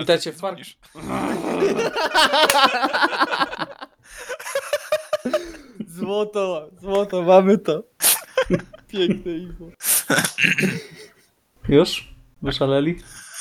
Witajcie w parku. Złoto, mamy to. Piękne info. Już? Wyszaleli?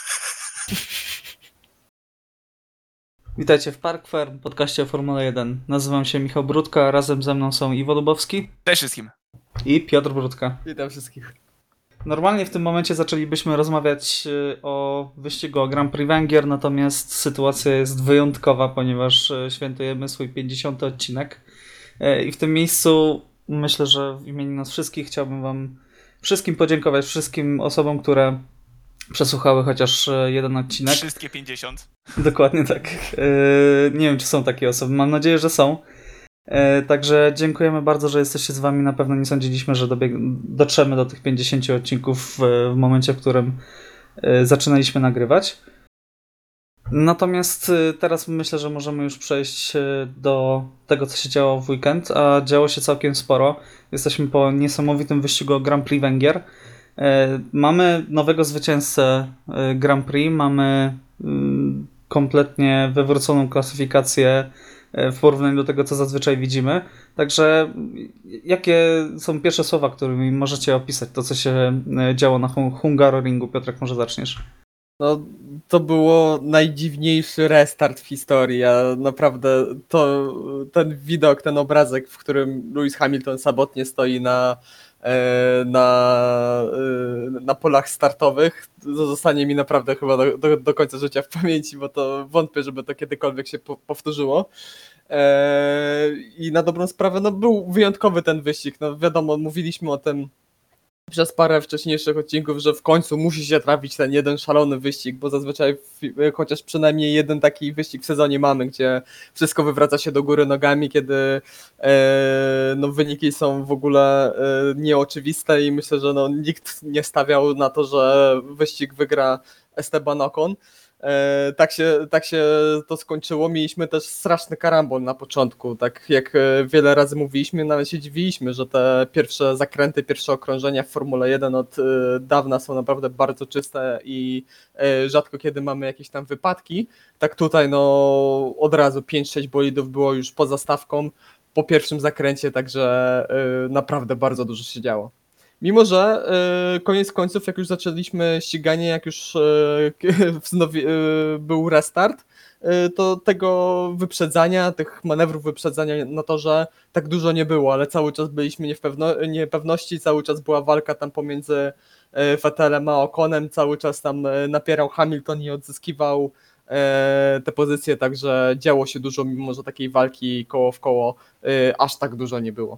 Witajcie w Park Firm, podcaście o Formule 1. Nazywam się Michał Brudka, a razem ze mną są Iwo Lubowski. Cześć wszystkim. I Piotr Brudka. Witam wszystkich. Normalnie w tym momencie zaczęlibyśmy rozmawiać o wyścigu o Grand Prix Węgier, natomiast sytuacja jest wyjątkowa, ponieważ świętujemy swój 50. odcinek. I w tym miejscu myślę, że w imieniu nas wszystkich chciałbym wam wszystkim podziękować, wszystkim osobom, które przesłuchały chociaż jeden odcinek. Wszystkie 50. Dokładnie tak. Nie wiem, czy są takie osoby. Mam nadzieję, że są. Także dziękujemy bardzo, że jesteście z wami. Na pewno nie sądziliśmy, że dotrzemy do tych 50 odcinków w momencie, w którym zaczynaliśmy nagrywać. Natomiast teraz myślę, że możemy już przejść do tego, co się działo w weekend, a działo się całkiem sporo. Jesteśmy po niesamowitym wyścigu o Grand Prix Węgier. Mamy nowego zwycięzcę Grand Prix, mamy kompletnie wywróconą klasyfikację w porównaniu do tego, co zazwyczaj widzimy. Także jakie są pierwsze słowa, którymi możecie opisać to, co się działo na Hungaroringu? Piotrek, może zaczniesz? No, to było najdziwniejszy restart w historii. Ja naprawdę ten widok, ten obrazek, w którym Lewis Hamilton samotnie stoi na polach startowych, to zostanie mi naprawdę chyba do końca życia w pamięci, bo to wątpię, żeby to kiedykolwiek się powtórzyło. I na dobrą sprawę, no był wyjątkowy ten wyścig. No wiadomo, mówiliśmy o tym przez parę wcześniejszych odcinków, że w końcu musi się trafić ten jeden szalony wyścig, bo zazwyczaj chociaż przynajmniej jeden taki wyścig w sezonie mamy, gdzie wszystko wywraca się do góry nogami, kiedy wyniki są w ogóle nieoczywiste i myślę, że nikt nie stawiał na to, że wyścig wygra Esteban Ocon. Tak się to skończyło. Mieliśmy też straszny karambol na początku. Tak jak wiele razy mówiliśmy, nawet się dziwiliśmy, że te pierwsze zakręty, pierwsze okrążenia w Formule 1 od dawna są naprawdę bardzo czyste i rzadko kiedy mamy jakieś tam wypadki. Tak tutaj od razu 5-6 bolidów było już poza stawką po pierwszym zakręcie, także naprawdę bardzo dużo się działo. Mimo że koniec końców, jak już zaczęliśmy ściganie, jak już był restart, to tego wyprzedzania, tych manewrów wyprzedzania na torze tak dużo nie było, ale cały czas byliśmy niepewności, cały czas była walka tam pomiędzy Vettelem a Oconem, cały czas tam napierał Hamilton i odzyskiwał te pozycje, także działo się dużo, mimo że takiej walki koło w koło aż tak dużo nie było.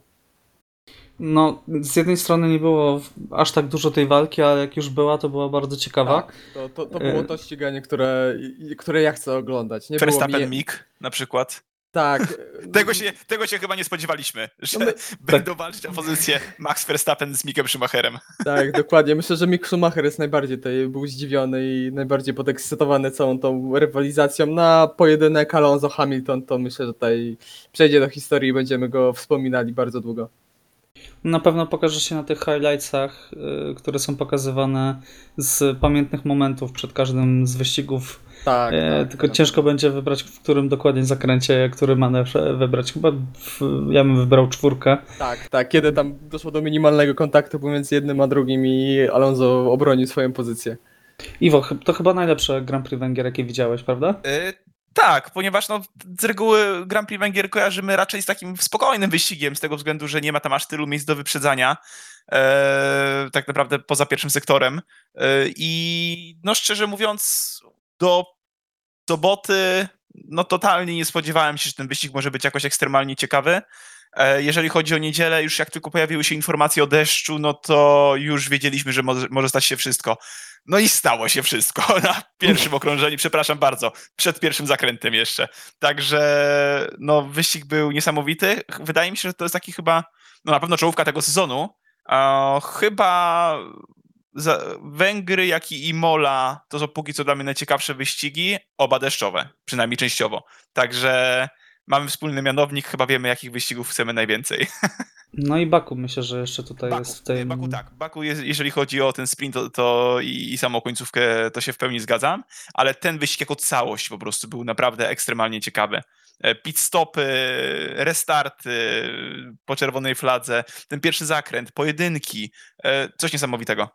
No, z jednej strony nie było aż tak dużo tej walki, ale jak już była, to była bardzo ciekawa. Tak, to było to ściganie, które ja chcę oglądać. Nie Verstappen Mick na przykład. Tak. Tego się chyba nie spodziewaliśmy, że będą walczyć o pozycję Max Verstappen z Mickiem Schumacherem. Tak, dokładnie. Myślę, że Mick Schumacher jest najbardziej tutaj był zdziwiony i najbardziej podekscytowany całą tą rywalizacją. Na pojedynek Alonso-Hamilton to myślę, że tutaj przejdzie do historii i będziemy go wspominali bardzo długo. Na pewno pokaże się na tych highlightsach, które są pokazywane z pamiętnych momentów przed każdym z wyścigów. Tak. Tylko ciężko będzie wybrać, w którym dokładnie zakręcie, który manewr wybrać. Chyba ja bym wybrał 4. Tak. Kiedy tam doszło do minimalnego kontaktu pomiędzy jednym a drugim i Alonso obronił swoją pozycję. Iwo, to chyba najlepsze Grand Prix Węgier, jakie widziałeś, prawda? Tak, ponieważ z reguły Grand Prix Węgier kojarzymy raczej z takim spokojnym wyścigiem, z tego względu, że nie ma tam aż tylu miejsc do wyprzedzania, tak naprawdę poza pierwszym sektorem. I szczerze mówiąc, do soboty totalnie nie spodziewałem się, że ten wyścig może być jakoś ekstremalnie ciekawy. Jeżeli chodzi o niedzielę, już jak tylko pojawiły się informacje o deszczu, to już wiedzieliśmy, że może stać się wszystko. No i stało się wszystko na pierwszym okrążeniu, przepraszam bardzo, przed pierwszym zakrętem jeszcze. Także wyścig był niesamowity. Wydaje mi się, że to jest taki chyba, na pewno czołówka tego sezonu. Chyba Węgry, jak i Imola to są póki co dla mnie najciekawsze wyścigi, oba deszczowe, przynajmniej częściowo. Także mamy wspólny mianownik, chyba wiemy, jakich wyścigów chcemy najwięcej. No i Baku myślę, że jeszcze tutaj jest w tej... Baku tak. Baku jest, jeżeli chodzi o ten sprint to i samą końcówkę, to się w pełni zgadzam, ale ten wyścig jako całość po prostu był naprawdę ekstremalnie ciekawy. Pit stopy, restarty po czerwonej fladze, ten pierwszy zakręt, pojedynki, coś niesamowitego.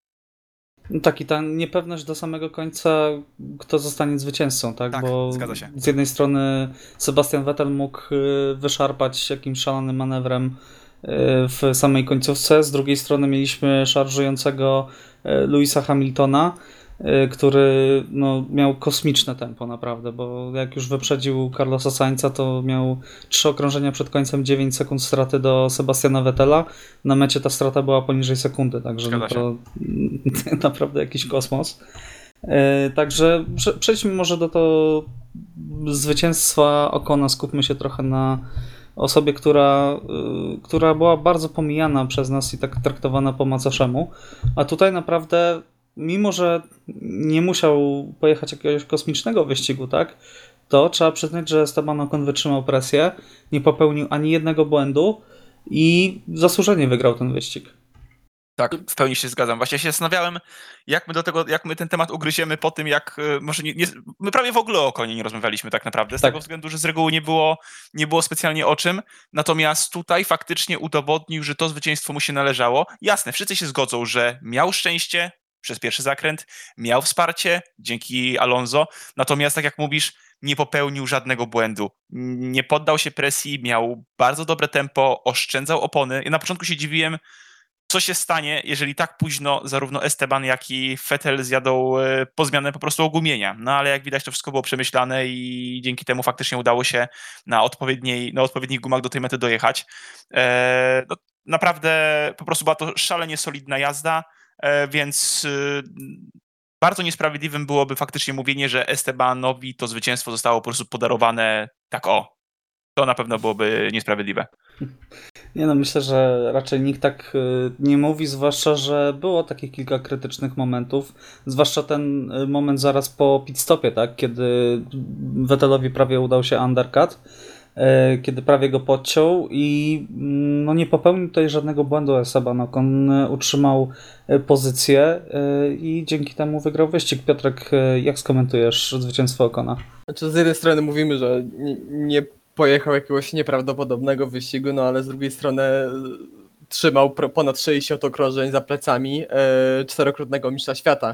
No tak, i ta niepewność do samego końca, kto zostanie zwycięzcą, tak? Tak, Bo zgadza się. z jednej strony Sebastian Vettel mógł wyszarpać jakimś szalonym manewrem w samej końcówce, z drugiej strony mieliśmy szarżującego Lewisa Hamiltona, który no, miał kosmiczne tempo naprawdę, bo jak już wyprzedził Carlosa Sainza, to miał 3 okrążenia przed końcem, 9 sekund straty do Sebastiana Vettela. Na mecie ta strata była poniżej sekundy, także no to naprawdę jakiś kosmos. Także przejdźmy może do to zwycięstwa Ocona, skupmy się trochę na osobie, która była bardzo pomijana przez nas i tak traktowana po macoszemu, a tutaj naprawdę mimo, że nie musiał pojechać jakiegoś kosmicznego wyścigu, tak, to trzeba przyznać, że Esteban Ocon wytrzymał presję, nie popełnił ani jednego błędu i zasłużenie wygrał ten wyścig. Tak, w pełni się zgadzam. Właśnie się zastanawiałem, jak my ten temat ugryziemy po tym, jak może my prawie w ogóle o Oconie nie rozmawialiśmy tak naprawdę, z tego względu, że z reguły nie było specjalnie o czym, natomiast tutaj faktycznie udowodnił, że to zwycięstwo mu się należało. Jasne, wszyscy się zgodzą, że miał szczęście przez pierwszy zakręt, miał wsparcie dzięki Alonso, natomiast tak jak mówisz, nie popełnił żadnego błędu. Nie poddał się presji, miał bardzo dobre tempo, oszczędzał opony. Ja na początku się dziwiłem, co się stanie, jeżeli tak późno zarówno Esteban, jak i Vettel zjadą po zmianę po prostu ogumienia. No ale jak widać, to wszystko było przemyślane i dzięki temu faktycznie udało się na odpowiednich gumach do tej mety dojechać. No, naprawdę po prostu była to szalenie solidna jazda, więc bardzo niesprawiedliwym byłoby faktycznie mówienie, że Estebanowi to zwycięstwo zostało po prostu podarowane tak o. To na pewno byłoby niesprawiedliwe. Nie no, myślę, że raczej nikt tak nie mówi, zwłaszcza, że było takich kilka krytycznych momentów, zwłaszcza ten moment zaraz po pit stopie, tak, kiedy Vettelowi prawie udał się undercut, kiedy prawie go podciął i no, nie popełnił tutaj żadnego błędu Esteban Ocon, utrzymał pozycję i dzięki temu wygrał wyścig. Piotrek, jak skomentujesz zwycięstwo Ocona? Znaczy, z jednej strony mówimy, że nie pojechał jakiegoś nieprawdopodobnego wyścigu, no ale z drugiej strony trzymał ponad 60 okrążeń za plecami czterokrotnego mistrza świata.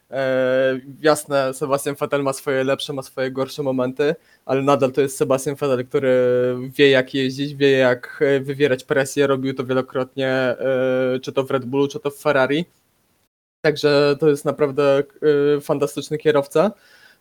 Jasne, Sebastian Vettel ma swoje lepsze, ma swoje gorsze momenty, ale nadal to jest Sebastian Vettel, który wie jak jeździć, wie jak wywierać presję, robił to wielokrotnie, czy to w Red Bullu, czy to w Ferrari. Także to jest naprawdę fantastyczny kierowca.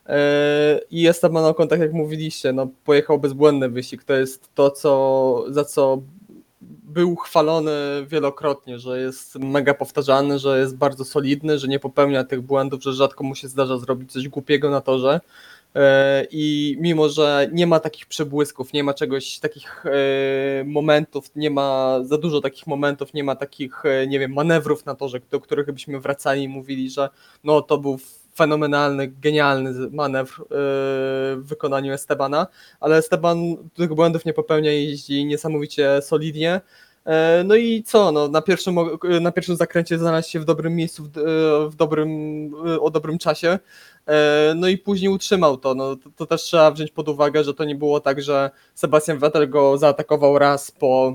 I Esteban Ocon, tak jak mówiliście, no, pojechał bezbłędny wyścig. To jest to, za co był chwalony wielokrotnie, że jest mega powtarzalny, że jest bardzo solidny, że nie popełnia tych błędów, że rzadko mu się zdarza zrobić coś głupiego na torze. I mimo, że nie ma takich przebłysków, nie ma czegoś, takich momentów, nie ma za dużo takich momentów, nie ma takich, nie wiem, manewrów na torze, do których byśmy wracali i mówili, że no to był fenomenalny, genialny manewr w wykonaniu Estebana, ale Esteban tych błędów nie popełnia, jeździ niesamowicie solidnie. No i co, no, na pierwszym zakręcie znalazł się w dobrym miejscu, o dobrym czasie, no i później utrzymał to. No, to też trzeba wziąć pod uwagę, że to nie było tak, że Sebastian Vettel go zaatakował raz po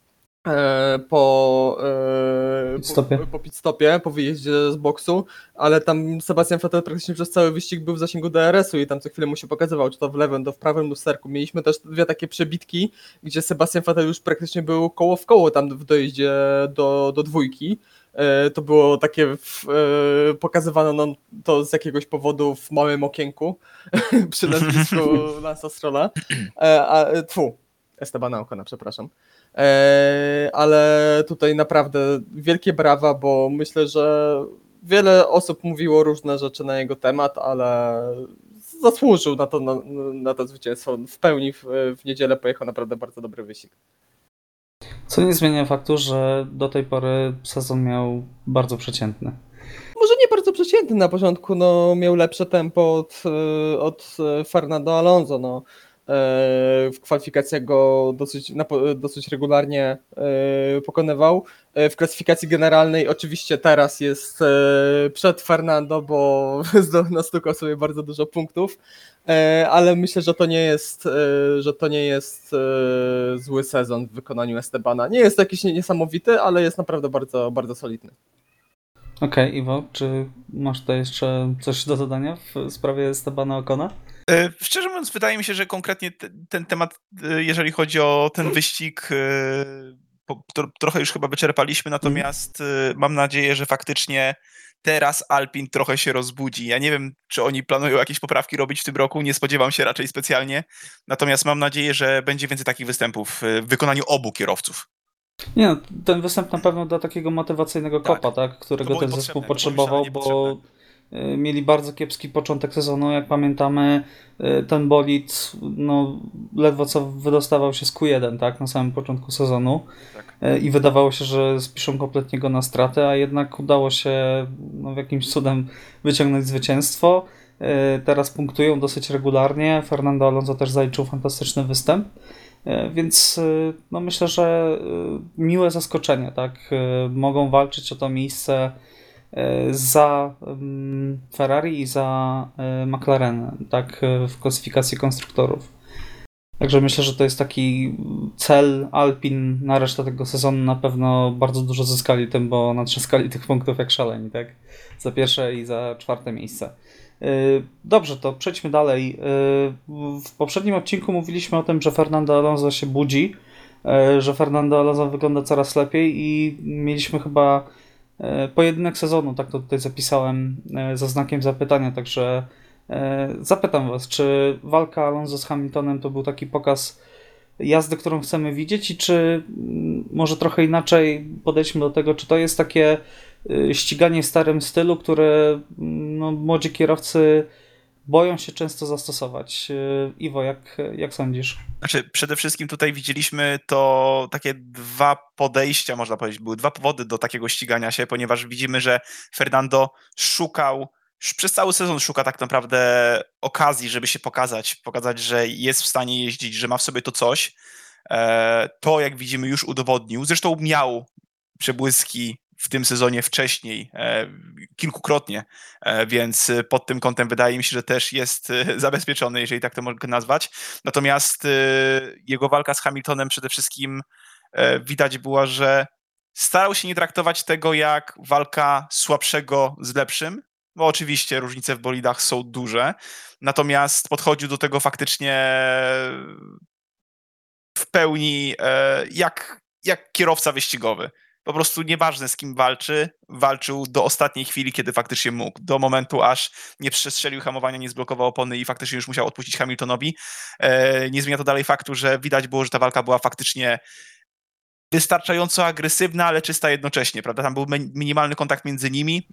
pit stopie, po wyjeździe z boksu, ale tam Sebastian Vettel praktycznie przez cały wyścig był w zasięgu DRS-u i tam co chwilę mu się pokazywał, czy to w lewym, to w prawym lusterku. Mieliśmy też 2 takie przebitki, gdzie Sebastian Vettel już praktycznie był koło w koło tam w dojeździe do dwójki. To było takie, pokazywano nam to z jakiegoś powodu w małym okienku przy nazwisku Lance'a Strolla. Estebana Ocona, przepraszam. Ale tutaj naprawdę wielkie brawa, bo myślę, że wiele osób mówiło różne rzeczy na jego temat, ale zasłużył na to zwycięstwo. W pełni w niedzielę pojechał naprawdę bardzo dobry wyścig. Co nie zmienia faktu, że do tej pory sezon miał bardzo przeciętny. Może nie bardzo przeciętny na początku, no miał lepsze tempo od Fernando Alonso, no. W kwalifikacjach go dosyć regularnie pokonywał. W klasyfikacji generalnej oczywiście teraz jest przed Fernando, bo nastukał sobie bardzo dużo punktów, ale myślę, że to nie jest zły sezon w wykonaniu Estebana. Nie jest jakiś niesamowity, ale jest naprawdę bardzo, bardzo solidny. Okej, Iwo, czy masz tutaj jeszcze coś do dodania w sprawie Estebana Ocona? Szczerze mówiąc, wydaje mi się, że konkretnie ten temat, jeżeli chodzi o ten wyścig, trochę już chyba wyczerpaliśmy, natomiast mam nadzieję, że faktycznie teraz Alpin trochę się rozbudzi. Ja nie wiem, czy oni planują jakieś poprawki robić w tym roku, nie spodziewam się raczej specjalnie, natomiast mam nadzieję, że będzie więcej takich występów w wykonaniu obu kierowców. Nie no, ten występ na pewno da takiego motywacyjnego Tak. kopa, tak, którego To ten było zespół potrzebne, potrzebował, to bo było mieli bardzo kiepski początek sezonu, jak pamiętamy, ten bolid no, ledwo co wydostawał się z Q1, tak, na samym początku sezonu Tak. i wydawało się, że spiszą kompletnie go na stratę, a jednak udało się no, w jakimś cudem wyciągnąć zwycięstwo. Teraz punktują dosyć regularnie, Fernando Alonso też zaliczył fantastyczny występ. Więc no myślę, że miłe zaskoczenie, tak? Mogą walczyć o to miejsce za Ferrari i za McLarenem, tak? W klasyfikacji konstruktorów. Także myślę, że to jest taki cel Alpin na resztę tego sezonu. Na pewno bardzo dużo zyskali tym, bo natrzaskali tych punktów jak szaleni, tak? Za pierwsze i za czwarte miejsce. Dobrze, to przejdźmy dalej. W poprzednim odcinku mówiliśmy o tym, że Fernando Alonso się budzi, że Fernando Alonso wygląda coraz lepiej i mieliśmy chyba pojedynek sezonu, tak to tutaj zapisałem za znakiem zapytania, także zapytam was, czy walka Alonso z Hamiltonem to był taki pokaz jazdy, którą chcemy widzieć i czy może trochę inaczej podejdźmy do tego, czy to jest takie ściganie w starym stylu, które no, młodzi kierowcy boją się często zastosować. Iwo, jak sądzisz? Znaczy, przede wszystkim tutaj widzieliśmy to takie dwa podejścia, można powiedzieć, były dwa powody do takiego ścigania się, ponieważ widzimy, że Fernando przez cały sezon szuka tak naprawdę okazji, żeby się pokazać, że jest w stanie jeździć, że ma w sobie to coś. To, jak widzimy, już udowodnił. Zresztą miał przebłyski w tym sezonie wcześniej, kilkukrotnie, więc pod tym kątem wydaje mi się, że też jest zabezpieczony, jeżeli tak to mogę nazwać. Natomiast jego walka z Hamiltonem przede wszystkim widać była, że starał się nie traktować tego jak walka słabszego z lepszym, bo oczywiście różnice w bolidach są duże, natomiast podchodził do tego faktycznie w pełni jak kierowca wyścigowy. Po prostu nieważne z kim walczył do ostatniej chwili, kiedy faktycznie mógł. Do momentu, aż nie przestrzelił hamowania, nie zblokował opony i faktycznie już musiał odpuścić Hamiltonowi. Nie zmienia to dalej faktu, że widać było, że ta walka była faktycznie wystarczająco agresywna, ale czysta jednocześnie, prawda? Tam był minimalny kontakt między nimi,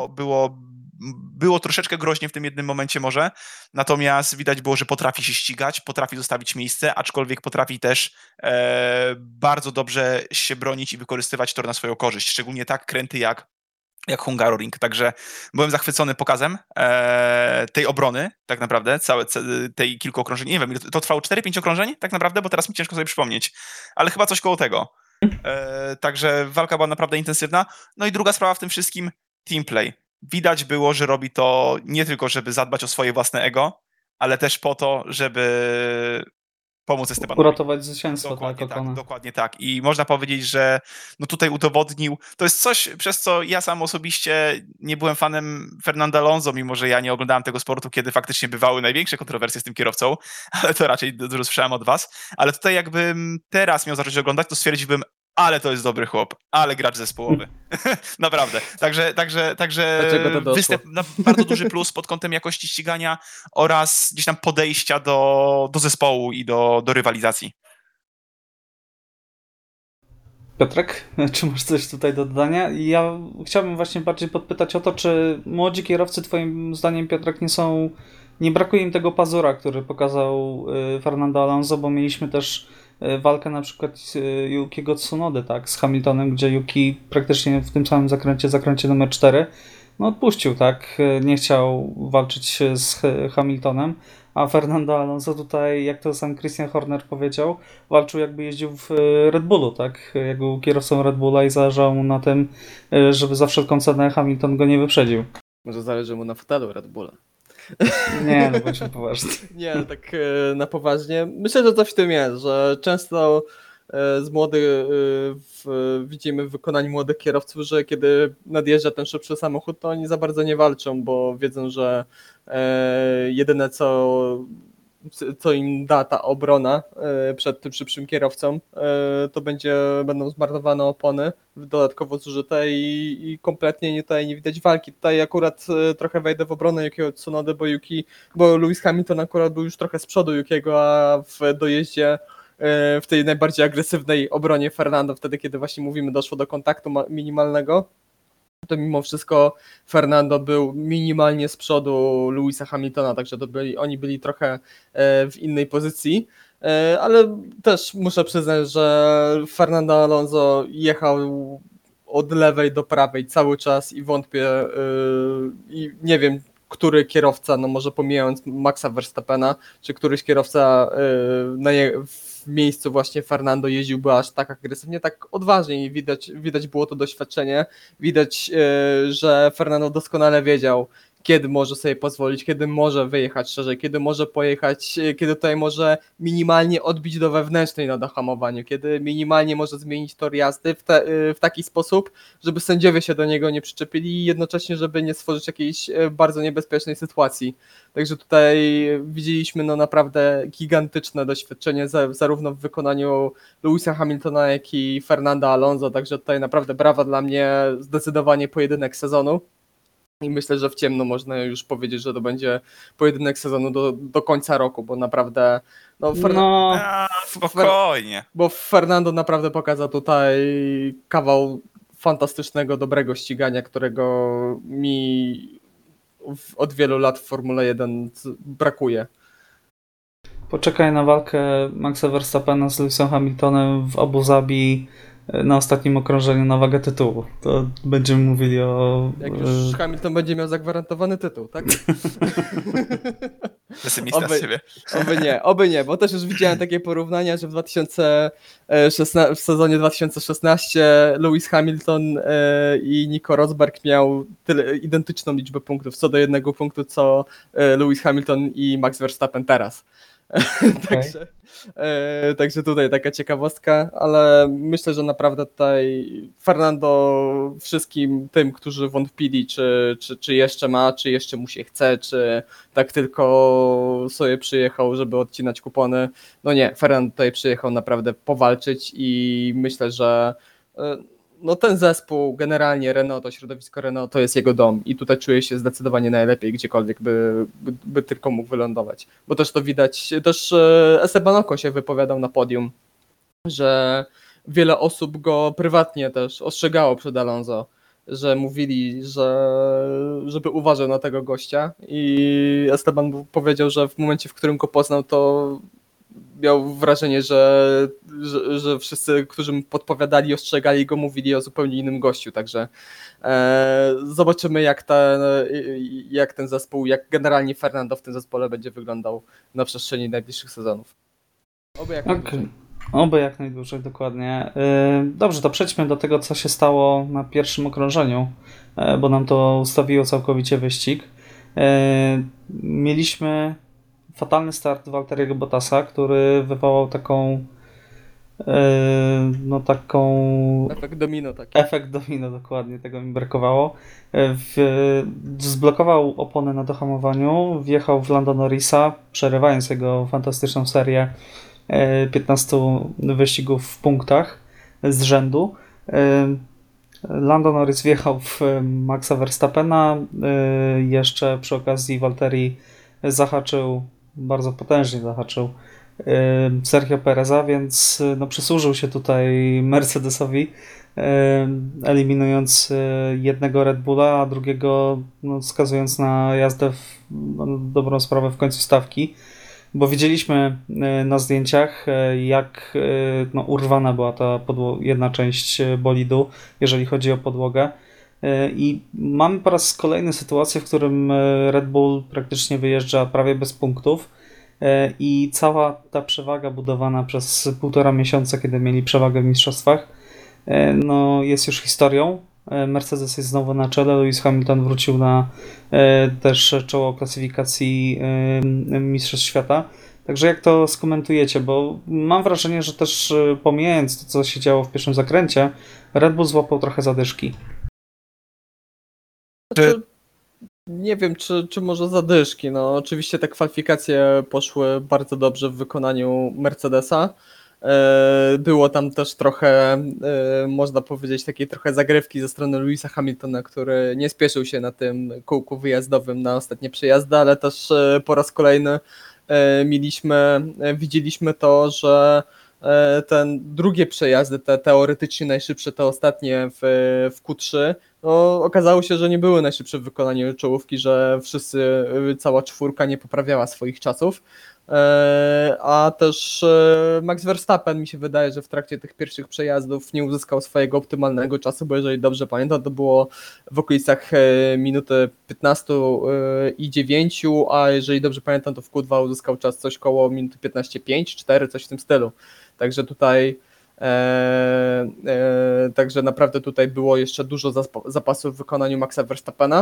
było troszeczkę groźnie w tym jednym momencie może, natomiast widać było, że potrafi się ścigać, potrafi zostawić miejsce, aczkolwiek potrafi też bardzo dobrze się bronić i wykorzystywać tor na swoją korzyść, szczególnie tak kręty jak Hungaroring, także byłem zachwycony pokazem tej obrony, tak naprawdę, tej kilku okrążeń, nie wiem, to trwało 4-5 okrążeń, tak naprawdę, bo teraz mi ciężko sobie przypomnieć, ale chyba coś koło tego. Także walka była naprawdę intensywna. No i druga sprawa w tym wszystkim, teamplay. Widać było, że robi to nie tylko, żeby zadbać o swoje własne ego, ale też po to, żeby pomóc Estebanowi. Uratować zwycięstwo, Dokładnie tak. I można powiedzieć, że no tutaj udowodnił, to jest coś, przez co ja sam osobiście nie byłem fanem Fernanda Alonso, mimo że ja nie oglądałem tego sportu, kiedy faktycznie bywały największe kontrowersje z tym kierowcą, ale to raczej dużo słyszałem od was. Ale tutaj jakbym teraz miał zacząć oglądać, to stwierdziłbym, ale to jest dobry chłop, ale gracz zespołowy. Naprawdę. Także występ na bardzo duży plus pod kątem jakości ścigania oraz gdzieś tam podejścia do zespołu i do rywalizacji. Piotrek, czy masz coś tutaj do dodania? Ja chciałbym właśnie bardziej podpytać o to, czy młodzi kierowcy twoim zdaniem, Piotrek, nie brakuje im tego pazura, który pokazał Fernando Alonso, bo mieliśmy też walkę na przykład Yukiego Tsunody, tak, z Hamiltonem, gdzie Yuki praktycznie w tym samym zakręcie numer 4, no odpuścił, tak, nie chciał walczyć z Hamiltonem, a Fernando Alonso tutaj, jak to sam Christian Horner powiedział, walczył jakby jeździł w Red Bullu, tak? Jak był kierowcą Red Bulla i zależało mu na tym, żeby za wszelką cenę Hamilton go nie wyprzedził. Może zależy mu na fotelu Red Bulla. Nie, no bądźmy poważnie. Nie, tak na poważnie. Myślę, że coś w tym jest, że często z młodych widzimy w wykonaniu młodych kierowców, że kiedy nadjeżdża ten szybszy samochód, to oni za bardzo nie walczą, bo wiedzą, że jedyne co im da ta obrona przed tym szybszym kierowcą, to będą zmarnowane opony, dodatkowo zużyte i kompletnie tutaj nie widać walki. Tutaj akurat trochę wejdę w obronę Yukiego Tsunody, bo Lewis Hamilton akurat był już trochę z przodu Yukiego, a w dojeździe w tej najbardziej agresywnej obronie Fernando, wtedy kiedy właśnie mówimy, doszło do kontaktu minimalnego, to mimo wszystko Fernando był minimalnie z przodu Lewisa Hamiltona, także oni byli trochę w innej pozycji, ale też muszę przyznać, że Fernando Alonso jechał od lewej do prawej cały czas i wątpię i nie wiem, który kierowca, no może pomijając Maxa Verstappena, czy któryś kierowca w miejscu właśnie Fernando jeździłby aż tak agresywnie, tak odważnie i widać było to doświadczenie, widać, że Fernando doskonale wiedział, kiedy może sobie pozwolić, kiedy może wyjechać szerzej, kiedy może pojechać, kiedy tutaj może minimalnie odbić do wewnętrznej na dohamowaniu, kiedy minimalnie może zmienić tor jazdy w taki sposób, żeby sędziowie się do niego nie przyczepili i jednocześnie, żeby nie stworzyć jakiejś bardzo niebezpiecznej sytuacji. Także tutaj widzieliśmy no naprawdę gigantyczne doświadczenie zarówno w wykonaniu Lewisa Hamiltona, jak i Fernanda Alonso, także tutaj naprawdę brawa dla mnie, zdecydowanie pojedynek sezonu. I myślę, że w ciemno można już powiedzieć, że to będzie pojedynek sezonu do końca roku, bo naprawdę spokojnie. Bo Fernando naprawdę pokazał tutaj kawał fantastycznego, dobrego ścigania, którego mi od wielu lat w Formule 1 brakuje. Poczekaj na walkę Maxa Verstappena z Lewisem Hamiltonem w Abu Zabi na ostatnim okrążeniu na wagę tytułu. To będziemy mówili o... Jak już Hamilton będzie miał zagwarantowany tytuł, tak? Pesymista z siebie. Oby nie, bo też już widziałem takie porównania, że w sezonie 2016 Lewis Hamilton i Nico Rosberg miał identyczną liczbę punktów, co do jednego punktu, co Lewis Hamilton i Max Verstappen teraz. Także tutaj taka ciekawostka, ale myślę, że naprawdę tutaj Fernando wszystkim tym, którzy wątpili, czy jeszcze ma, czy jeszcze mu się chce, czy tak tylko sobie przyjechał, żeby odcinać kupony. No nie, Fernando tutaj przyjechał naprawdę powalczyć i myślę, że no ten zespół, generalnie Renault, to środowisko Renault to jest jego dom i tutaj czuje się zdecydowanie najlepiej, gdziekolwiek by tylko mógł wylądować. Bo też to widać, też Esteban Ocon się wypowiadał na podium, że wiele osób go prywatnie też ostrzegało przed Alonso, że mówili, żeby uważał na tego gościa i Esteban powiedział, że w momencie, w którym go poznał, to miał wrażenie, że wszyscy, którzy mu podpowiadali, ostrzegali go, mówili o zupełnie innym gościu, także zobaczymy jak ten zespół, jak generalnie Fernando w tym zespole będzie wyglądał na przestrzeni najbliższych sezonów. Oby jak najdłużej, dokładnie. Dobrze, to przejdźmy do tego, co się stało na pierwszym okrążeniu, bo nam to ustawiło całkowicie wyścig. Mieliśmy fatalny start Valtteriego Bottasa, który wywołał taką Efekt domino, dokładnie, tego mi brakowało. Zblokował opony na dohamowaniu, wjechał w Lando Norrisa, przerywając jego fantastyczną serię 15 wyścigów w punktach z rzędu. Lando Norris wjechał w Maxa Verstappena, jeszcze przy okazji Valtteri bardzo potężnie zahaczył Sergio Pereza, więc no, przysłużył się tutaj Mercedesowi, eliminując jednego Red Bulla, a drugiego no, skazując na jazdę dobrą sprawę w końcu stawki, bo widzieliśmy na zdjęciach, jak no, urwana była ta jedna część bolidu, jeżeli chodzi o podłogę. I mamy po raz kolejny sytuację, w którym Red Bull praktycznie wyjeżdża prawie bez punktów. i cała ta przewaga budowana przez 1,5 miesiąca, kiedy mieli przewagę w mistrzostwach, no jest już historią. Mercedes jest znowu na czele, Lewis Hamilton wrócił na też czoło klasyfikacji Mistrzostw Świata. Także jak to skomentujecie? Bo mam wrażenie, że też pomijając to, co się działo w pierwszym zakręcie, Red Bull złapał trochę zadyszki. Znaczy, nie wiem, czy może zadyszki. No, oczywiście te kwalifikacje poszły bardzo dobrze w wykonaniu Mercedesa. Było tam też trochę, można powiedzieć, takiej trochę zagrywki ze strony Lewisa Hamiltona, który nie spieszył się na tym kółku wyjazdowym na ostatnie przejazdy, ale też po raz kolejny widzieliśmy to, że ten drugie przejazdy, te teoretycznie najszybsze, te ostatnie w Q3, no, okazało się, że nie były najszybsze w wykonaniu czołówki, że cała czwórka nie poprawiała swoich czasów. A też Max Verstappen, mi się wydaje, że w trakcie tych pierwszych przejazdów nie uzyskał swojego optymalnego czasu, bo jeżeli dobrze pamiętam, to było w okolicach minuty 15 i 9, a jeżeli dobrze pamiętam, to w Q2 uzyskał czas coś koło minuty 15,5, 4, coś w tym stylu. Także tutaj także naprawdę tutaj było jeszcze dużo zapasów w wykonaniu Maxa Verstappena.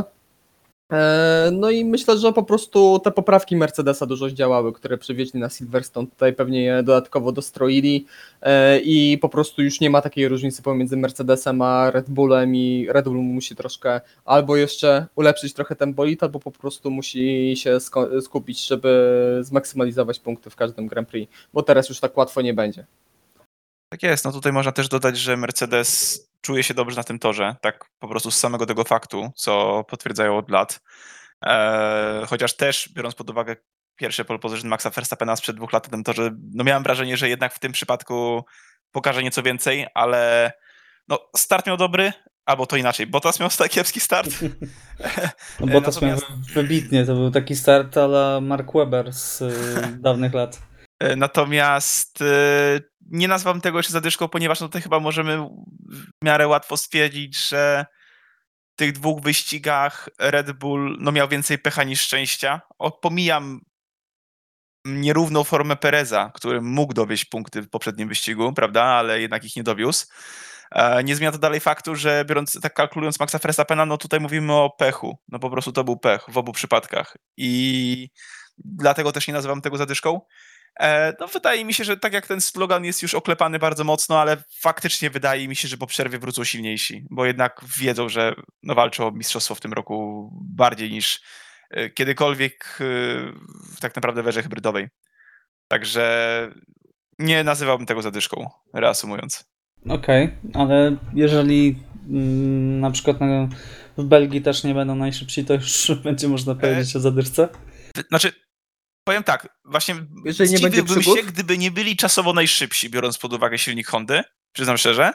No i myślę, że po prostu te poprawki Mercedesa dużo zdziałały, które przywieźli na Silverstone, tutaj pewnie je dodatkowo dostroili i po prostu już nie ma takiej różnicy pomiędzy Mercedesem a Red Bullem i Red Bull musi troszkę albo jeszcze ulepszyć trochę ten bolid, albo po prostu musi się skupić, żeby zmaksymalizować punkty w każdym Grand Prix, bo teraz już tak łatwo nie będzie. Tak jest, no tutaj można też dodać, że Mercedes czuje się dobrze na tym torze, tak po prostu z samego tego faktu, co potwierdzają od lat. Chociaż też, biorąc pod uwagę pierwsze pole position Maxa Verstappena sprzed 2 lat na tym torze, no miałem wrażenie, że jednak w tym przypadku pokaże nieco więcej, ale no start miał dobry, albo to inaczej, Bottas miał kiepski start. No Bottas miał wybitnie, to był taki start a la Mark Webber z dawnych lat. Natomiast nie nazwam tego jeszcze zadyszką, ponieważ no tutaj chyba możemy w miarę łatwo stwierdzić, że w tych 2 wyścigach Red Bull no miał więcej pecha niż szczęścia. Pomijam nierówną formę Pereza, który mógł dowieść punkty w poprzednim wyścigu, prawda, ale jednak ich nie dowiózł. Nie zmienia to dalej faktu, że tak kalkulując Maxa Verstappena, no tutaj mówimy o pechu. No po prostu to był pech w obu przypadkach. I dlatego też nie nazywam tego zadyszką. No wydaje mi się, że tak jak ten slogan jest już oklepany bardzo mocno, ale faktycznie wydaje mi się, że po przerwie wrócą silniejsi, bo jednak wiedzą, że no walczą o mistrzostwo w tym roku bardziej niż kiedykolwiek tak naprawdę w erze hybrydowej. Także nie nazywałbym tego zadyszką, reasumując. Okej, ale jeżeli na przykład w Belgii też nie będą najszybsi, to już będzie można powiedzieć o zadyszce? Znaczy, powiem tak, właśnie jeżeli nie będzie zdziwiłbym się, gdyby nie byli czasowo najszybsi, biorąc pod uwagę silnik Hondy, przyznam szczerze,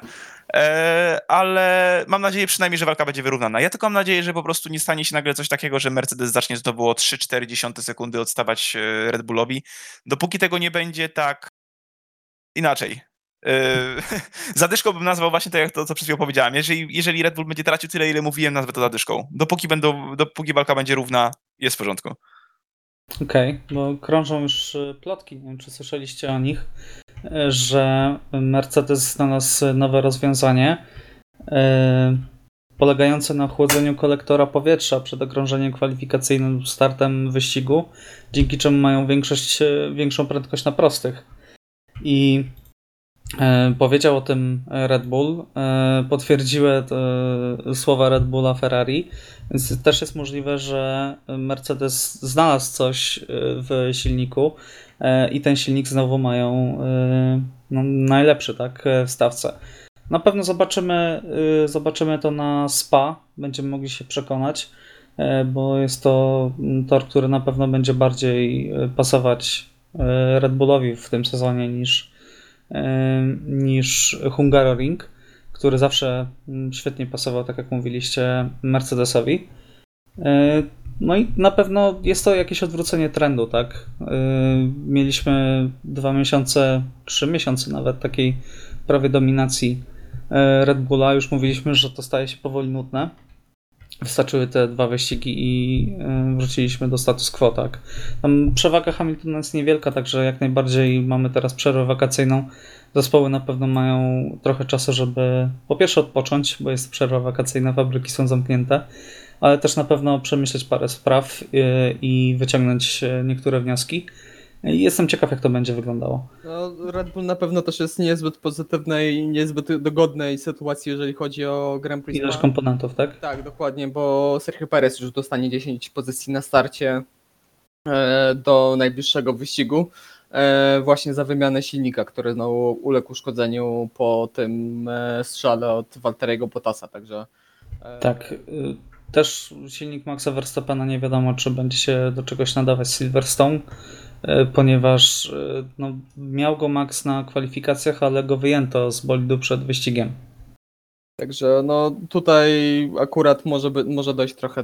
ale mam nadzieję przynajmniej, że walka będzie wyrównana. Ja tylko mam nadzieję, że po prostu nie stanie się nagle coś takiego, że Mercedes zacznie znowu o 3,4 sekundy odstawać Red Bullowi. Dopóki tego nie będzie, tak inaczej. Zadyszką bym nazwał właśnie tak, jak to, co przed chwilą powiedziałem. Jeżeli Red Bull będzie tracił tyle, ile mówiłem, nazwę to zadyszką. Dopóki walka będzie równa, jest w porządku. Okej, bo krążą już plotki, nie wiem czy słyszeliście o nich, że Mercedes znalazł nowe rozwiązanie polegające na chłodzeniu kolektora powietrza przed okrążeniem kwalifikacyjnym lub startem wyścigu, dzięki czemu mają większą prędkość na prostych. I powiedział o tym Red Bull, potwierdziły słowa Red Bulla Ferrari, więc też jest możliwe, że Mercedes znalazł coś w silniku i ten silnik znowu mają najlepszy, tak, w stawce. Na pewno zobaczymy to na Spa, będziemy mogli się przekonać, bo jest to tor, który na pewno będzie bardziej pasować Red Bullowi w tym sezonie niż Hungaroring, który zawsze świetnie pasował, tak jak mówiliście, Mercedesowi. No i na pewno jest to jakieś odwrócenie trendu, tak? Mieliśmy 2 miesiące, 3 miesiące nawet takiej prawie dominacji Red Bulla. Już mówiliśmy, że to staje się powoli nudne. wystarczyły te 2 wyścigi i wróciliśmy do status quo, tak. Tam przewaga Hamiltona jest niewielka, także jak najbardziej mamy teraz przerwę wakacyjną. Zespoły na pewno mają trochę czasu, żeby po pierwsze odpocząć, bo jest przerwa wakacyjna, fabryki są zamknięte, ale też na pewno przemyśleć parę spraw i wyciągnąć niektóre wnioski. I jestem ciekaw, jak to będzie wyglądało. No, Red Bull na pewno też jest niezbyt pozytywnej i niezbyt dogodnej sytuacji, jeżeli chodzi o Grand Prix. Ilość komponentów, tak? Tak, dokładnie, bo Sergio Perez już dostanie 10 pozycji na starcie do najbliższego wyścigu, właśnie za wymianę silnika, który no, uległ uszkodzeniu po tym strzale od Valtteriego Bottasa, także... Tak. Też silnik Maxa Verstappena nie wiadomo, czy będzie się do czegoś nadawać z Silverstone, ponieważ no, miał go Max na kwalifikacjach, ale go wyjęto z bolidu przed wyścigiem. Także no tutaj akurat może dojść trochę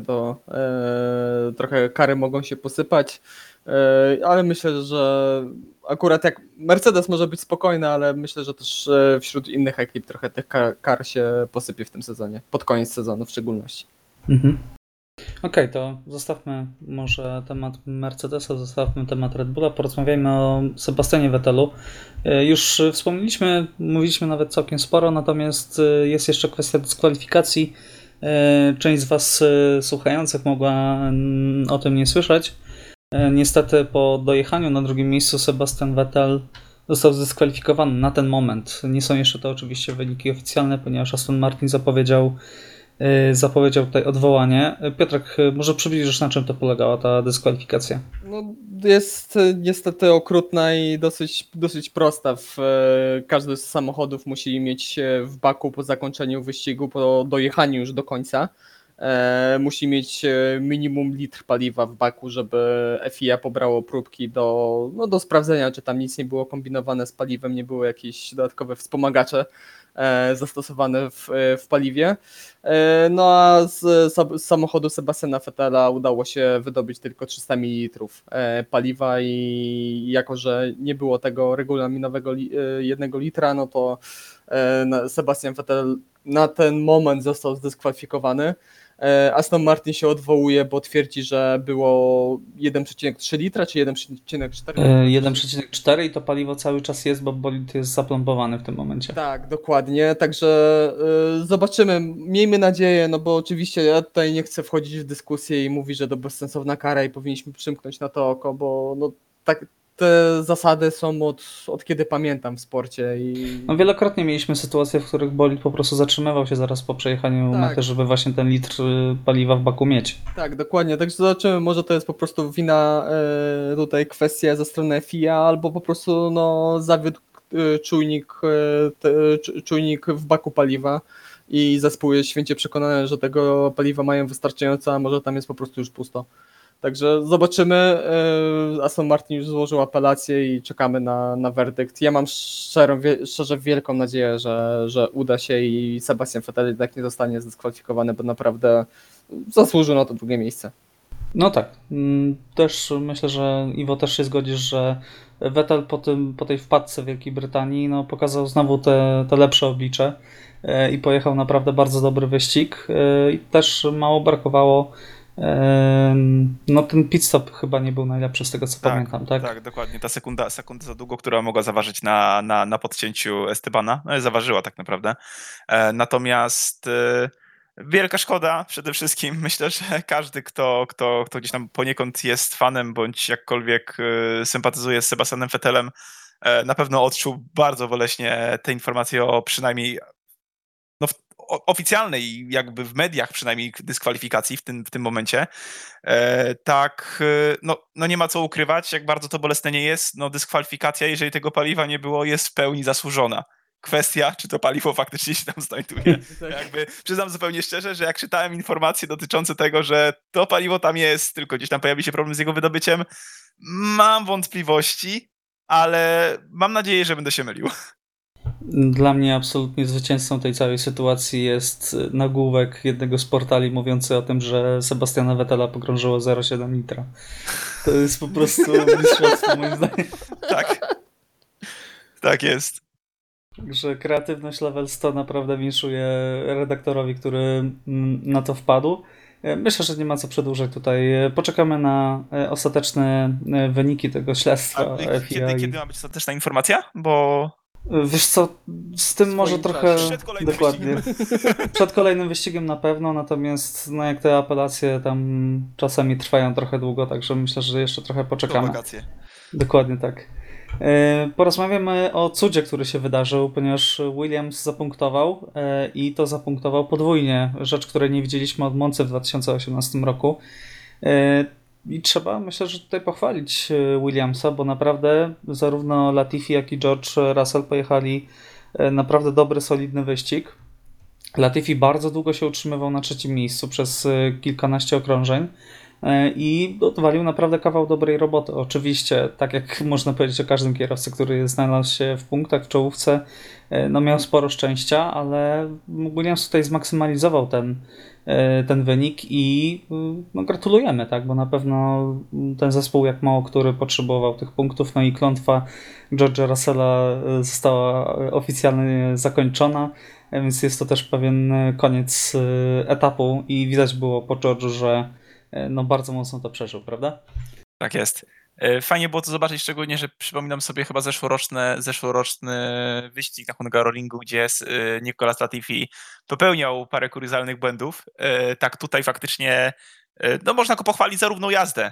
trochę kary mogą się posypać, ale myślę, że akurat jak Mercedes może być spokojny, ale myślę, że też wśród innych ekip trochę tych kar się posypie w tym sezonie, pod koniec sezonu w szczególności. Mhm. Okej, to zostawmy może temat Mercedesa, zostawmy temat Red Bulla, porozmawiajmy o Sebastianie Vettelu. Już wspomnieliśmy, mówiliśmy nawet całkiem sporo, natomiast jest jeszcze kwestia dyskwalifikacji. Część z Was słuchających mogła o tym nie słyszeć. Niestety po dojechaniu na drugim miejscu Sebastian Vettel został zdyskwalifikowany na ten moment. Nie są jeszcze to oczywiście wyniki oficjalne, ponieważ Aston Martin zapowiedział tutaj odwołanie. Piotrek, może przybliżysz, na czym to polegała ta dyskwalifikacja? No, jest niestety okrutna i dosyć prosta. Każdy z samochodów musi mieć w baku po zakończeniu wyścigu, po dojechaniu już do końca, musi mieć minimum litr paliwa w baku, żeby FIA pobrało próbki do sprawdzenia, czy tam nic nie było kombinowane z paliwem, nie były jakieś dodatkowe wspomagacze zastosowane w paliwie. No a z samochodu Sebastiana Vettela udało się wydobyć tylko 300 ml paliwa i jako, że nie było tego regulaminowego 1 litra, no to Sebastian Vettel na ten moment został zdyskwalifikowany. Aston Martin się odwołuje, bo twierdzi, że było 1,3 litra czy 1,4? 1,4 i to paliwo cały czas jest, bo bolid jest zaplombowany w tym momencie. Tak, dokładnie, także zobaczymy, miejmy nadzieję, no bo oczywiście ja tutaj nie chcę wchodzić w dyskusję i mówić, że to bezsensowna kara i powinniśmy przymknąć na to oko, bo no, tak, te zasady są od kiedy pamiętam w sporcie. No, wielokrotnie mieliśmy sytuacje, w których bolid po prostu zatrzymywał się zaraz po przejechaniu mety, żeby właśnie ten litr paliwa w baku mieć. Tak, dokładnie, także zobaczymy, może to jest po prostu wina tutaj kwestia ze strony FIA, albo po prostu no, zawiódł czujnik w baku paliwa i zespół jest święcie przekonany, że tego paliwa mają wystarczająco, a może tam jest po prostu już pusto. Także zobaczymy. Aston Martin już złożył apelację i czekamy na werdykt. Ja mam szczerze wielką nadzieję, że uda się i Sebastian Vettel jednak nie zostanie zdyskwalifikowany, bo naprawdę zasłużył na to drugie miejsce. No tak. Też myślę, że Iwo też się zgodzisz, że Vettel po tej wpadce w Wielkiej Brytanii no, pokazał znowu te lepsze oblicze i pojechał naprawdę bardzo dobry wyścig. I też mało brakowało. No ten pit stop chyba nie był najlepszy z tego co pamiętam, tak? Tak, dokładnie. Ta sekunda za długo, która mogła zaważyć na podcięciu Estebana, no i zaważyła tak naprawdę. Natomiast wielka szkoda przede wszystkim. Myślę, że każdy, kto gdzieś tam poniekąd jest fanem, bądź jakkolwiek sympatyzuje z Sebastianem Vettelem, na pewno odczuł bardzo boleśnie te informacje o przynajmniej no, oficjalnej, jakby w mediach przynajmniej dyskwalifikacji w tym momencie. Tak, no nie ma co ukrywać, jak bardzo to bolesne nie jest. No dyskwalifikacja, jeżeli tego paliwa nie było, jest w pełni zasłużona. Kwestia, czy to paliwo faktycznie się tam znajduje. Jakby przyznam zupełnie szczerze, że jak czytałem informacje dotyczące tego, że to paliwo tam jest, tylko gdzieś tam pojawi się problem z jego wydobyciem, mam wątpliwości, ale mam nadzieję, że będę się mylił. Dla mnie absolutnie zwycięzcą tej całej sytuacji jest nagłówek jednego z portali mówiący o tym, że Sebastiana Vettela pogrążyło 0,7 litra. To jest po prostu mistrzostwo moim zdaniem. Tak jest. Że kreatywność level 100 naprawdę winszuje redaktorowi, który na to wpadł. Myślę, że nie ma co przedłużać tutaj. Poczekamy na ostateczne wyniki tego śledztwa FIA. Kiedy ma być ostateczna informacja? Bo Wiesz co, z tym może swoim trochę... czasie. Przed kolejnym Dokładnie. Przed kolejnym wyścigiem na pewno, natomiast no jak te apelacje tam czasami trwają trochę długo, także myślę, że jeszcze trochę to poczekamy. wakacje. Dokładnie tak. Porozmawiamy o cudzie, który się wydarzył, ponieważ Williams zapunktował i to zapunktował podwójnie. Rzecz, której nie widzieliśmy od Moncy w 2018 roku. I trzeba, myślę, że tutaj pochwalić Williamsa, bo naprawdę zarówno Latifi, jak i George Russell pojechali naprawdę dobry, solidny wyścig. Latifi bardzo długo się utrzymywał na trzecim miejscu przez kilkanaście okrążeń i odwalił naprawdę kawał dobrej roboty. Oczywiście, tak jak można powiedzieć o każdym kierowcy, który znalazł się w punktach, w czołówce, no miał sporo szczęścia, ale Williams tutaj zmaksymalizował ten wynik i no, gratulujemy, tak, bo na pewno ten zespół jak mało który potrzebował tych punktów, no i klątwa George'a Russella została oficjalnie zakończona, więc jest to też pewien koniec etapu i widać było po George'u, że no bardzo mocno to przeżył, prawda? Tak jest. Fajnie było to zobaczyć, szczególnie, że przypominam sobie chyba zeszłoroczny wyścig na Hungaroringu, gdzie Nicolas Latifi popełniał parę kuriozalnych błędów. Tak tutaj faktycznie no można go pochwalić za równą jazdę.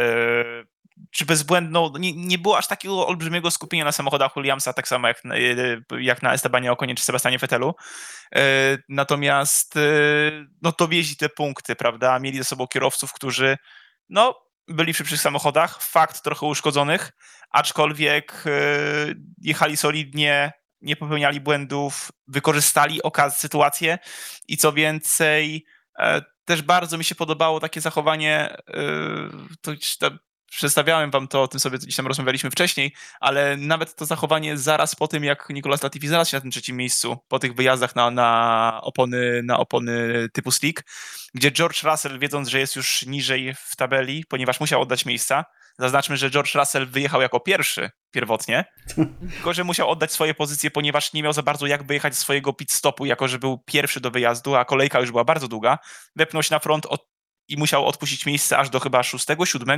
Czy bezbłędną, nie było aż takiego olbrzymiego skupienia na samochodach Williamsa, tak samo jak na Estebanie Okonie czy Sebastianie Vettelu. Natomiast no to wieźli te punkty, prawda? Mieli ze sobą kierowców, którzy no byli w szybszych samochodach, fakt trochę uszkodzonych, aczkolwiek jechali solidnie, nie popełniali błędów, wykorzystali sytuację i co więcej, też bardzo mi się podobało takie zachowanie, to przedstawiałem wam to, o tym sobie gdzieś tam rozmawialiśmy wcześniej, ale nawet to zachowanie zaraz po tym, jak Nicolas Latifi znalazł się na tym trzecim miejscu, po tych wyjazdach na opony typu slick, gdzie George Russell, wiedząc, że jest już niżej w tabeli, ponieważ musiał oddać miejsca, zaznaczmy, że George Russell wyjechał jako pierwszy pierwotnie, tylko że musiał oddać swoje pozycje, ponieważ nie miał za bardzo jak wyjechać z swojego pit stopu, jako że był pierwszy do wyjazdu, a kolejka już była bardzo długa, wepnął się na front i musiał odpuścić miejsce aż do chyba 6., 7.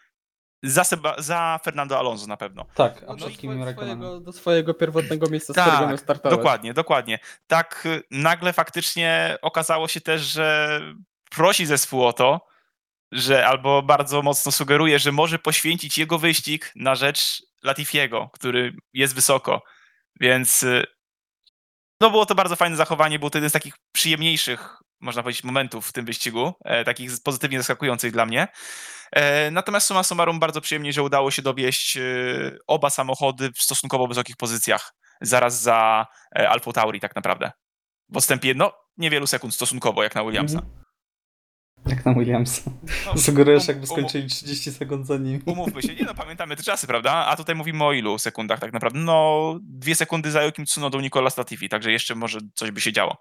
Za Fernando Alonso na pewno. Tak, a No przed do kim rekomenduję? do swojego pierwotnego miejsca, z którego miał startować. Dokładnie. Tak nagle faktycznie okazało się też, że prosi zespół o to, że albo bardzo mocno sugeruje, że może poświęcić jego wyścig na rzecz Latifiego, który jest wysoko. Więc no było to bardzo fajne zachowanie, był to jeden z takich przyjemniejszych, można powiedzieć, momentów w tym wyścigu, takich pozytywnie zaskakujących dla mnie. Natomiast summa summarum bardzo przyjemnie, że udało się dowieść oba samochody w stosunkowo wysokich pozycjach, zaraz za Alfa Tauri tak naprawdę. W odstępie, no, niewielu sekund stosunkowo, jak na Williamsa. Jak na Williamsa. Sugerujesz, jakby skończyli 30 sekund za nim. Umówmy się, nie no, pamiętamy te czasy, prawda? A tutaj mówimy o ilu sekundach tak naprawdę? No, 2 sekundy za Yukim Tsunodą Nicolas Latifi, także jeszcze może coś by się działo.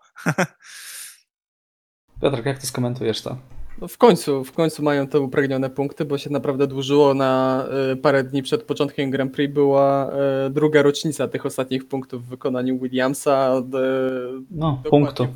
Piotrek, jak to skomentujesz to? No w końcu mają te upragnione punkty, bo się naprawdę dłużyło na parę dni przed początkiem Grand Prix. Była druga rocznica tych ostatnich punktów w wykonaniu Williamsa. No, punktu.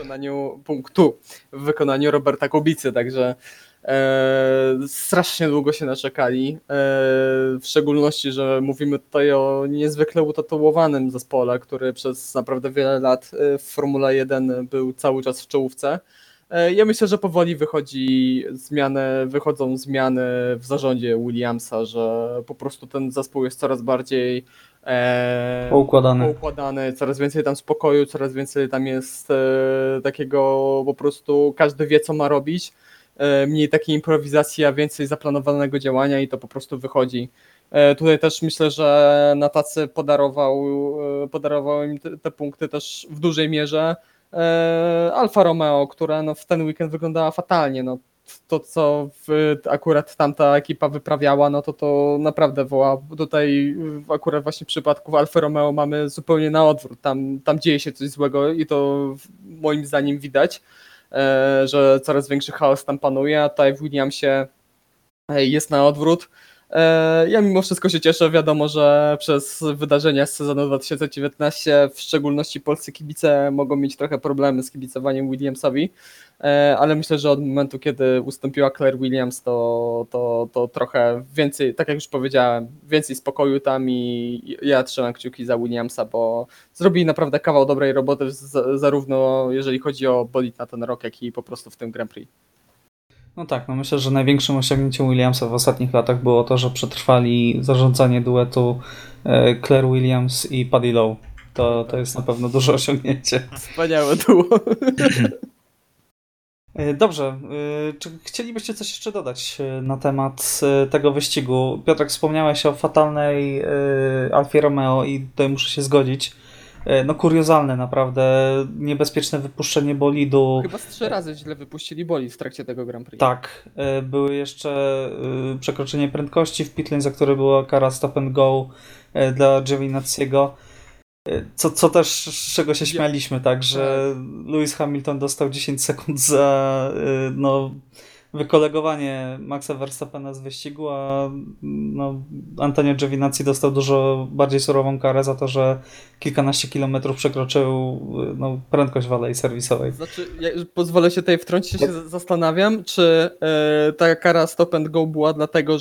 W wykonaniu Roberta Kubicy, także strasznie długo się naczekali. W szczególności, że mówimy tutaj o niezwykle utatuowanym zespole, który przez naprawdę wiele lat w Formule 1 był cały czas w czołówce. Ja myślę, że powoli wychodzą zmiany w zarządzie Williamsa, że po prostu ten zespół jest coraz bardziej poukładany, coraz więcej tam spokoju, coraz więcej tam jest takiego po prostu każdy wie, co ma robić, mniej takiej improwizacji, a więcej zaplanowanego działania i to po prostu wychodzi. Tutaj też myślę, że na tacy podarował im te punkty też w dużej mierze Alfa Romeo, która no, w ten weekend wyglądała fatalnie. No, to, co akurat tamta ekipa wyprawiała, no to naprawdę woła. Tutaj akurat właśnie w przypadku Alfa Romeo mamy zupełnie na odwrót. Tam dzieje się coś złego i to moim zdaniem widać, że coraz większy chaos tam panuje, a tutaj w Williamsie jest na odwrót. Ja mimo wszystko się cieszę, wiadomo, że przez wydarzenia z sezonu 2019, w szczególności polscy kibice mogą mieć trochę problemy z kibicowaniem Williamsowi, ale myślę, że od momentu, kiedy ustąpiła Claire Williams, to trochę więcej, tak jak już powiedziałem, więcej spokoju tam i ja trzymam kciuki za Williamsa, bo zrobili naprawdę kawał dobrej roboty, zarówno jeżeli chodzi o bolid na ten rok, jak i po prostu w tym Grand Prix. No tak, no myślę, że największym osiągnięciem Williamsa w ostatnich latach było to, że przetrwali zarządzanie duetu Claire Williams i Paddy Lowe. To jest na pewno duże osiągnięcie. Wspaniałe duo. Dobrze, czy chcielibyście coś jeszcze dodać na temat tego wyścigu? Piotrek, wspomniałeś o fatalnej Alfie Romeo i tutaj muszę się zgodzić. No kuriozalne naprawdę, niebezpieczne wypuszczenie bolidu. Chyba z 3 razy źle wypuścili bolid w trakcie tego Grand Prix. Tak, były jeszcze przekroczenie prędkości w pitlane, za które była kara stop and go dla Giovinazziego. Co też, z czego się śmialiśmy, tak, że Lewis Hamilton dostał 10 sekund za wykolegowanie Maxa Verstappena z wyścigu, a Antonio Giovinazzi dostał dużo bardziej surową karę za to, że kilkanaście kilometrów przekroczył prędkość w alei serwisowej. Znaczy, pozwolę się tutaj wtrącić, się zastanawiam, czy ta kara stop and go była dlatego,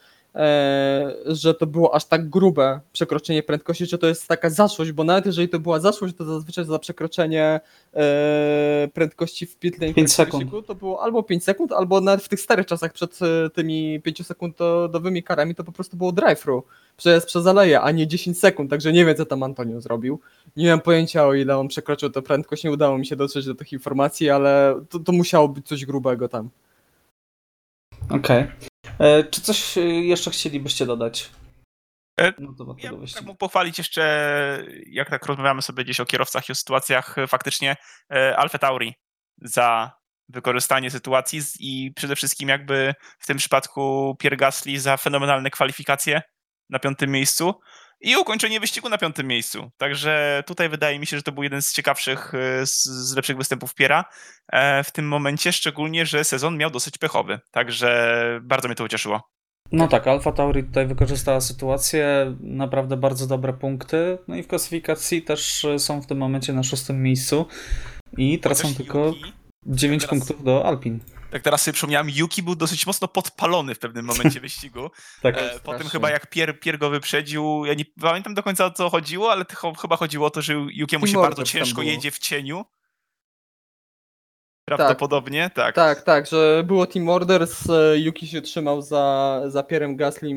że to było aż tak grube przekroczenie prędkości, czy to jest taka zaszłość, bo nawet jeżeli to była zaszłość, to zazwyczaj za przekroczenie prędkości w pitlane 5 sekund. to było albo 5 sekund, albo nawet w tych starych czasach przed tymi 5-sekundowymi karami to po prostu było drive-thru przez aleję, a nie 10 sekund, także nie wiem, co tam Antonio zrobił. Nie mam pojęcia, o ile on przekroczył tę prędkość, nie udało mi się dotrzeć do tych informacji, ale to musiało być coś grubego tam. Okej. Czy coś jeszcze chcielibyście dodać? Ja tak mógł pochwalić jeszcze, jak tak rozmawiamy sobie gdzieś o kierowcach i o sytuacjach, faktycznie Alfa Tauri za wykorzystanie sytuacji i przede wszystkim jakby w tym przypadku Pierre Gasly za fenomenalne kwalifikacje na 5. miejscu i ukończenie wyścigu na 5. miejscu. Także tutaj wydaje mi się, że to był jeden z ciekawszych, z lepszych występów Pierre'a w tym momencie, szczególnie, że sezon miał dosyć pechowy. Także bardzo mnie to ucieszyło. No tak, Alfa Tauri tutaj wykorzystała sytuację, naprawdę bardzo dobre punkty, no i w klasyfikacji też są w tym momencie na 6. miejscu i tracą tylko 9 punktów do Alpin. Tak teraz sobie przypomniałem, Yuki był dosyć mocno podpalony w pewnym momencie wyścigu. Tak. Po tym chyba jak Pierre go wyprzedził, ja nie pamiętam do końca, o co chodziło, ale chyba chodziło o to, że Yukiemu się bardzo ciężko jedzie w cieniu. Prawdopodobnie, tak. Tak, że było Team Orders, Yuki się trzymał za Pierrem Gaslym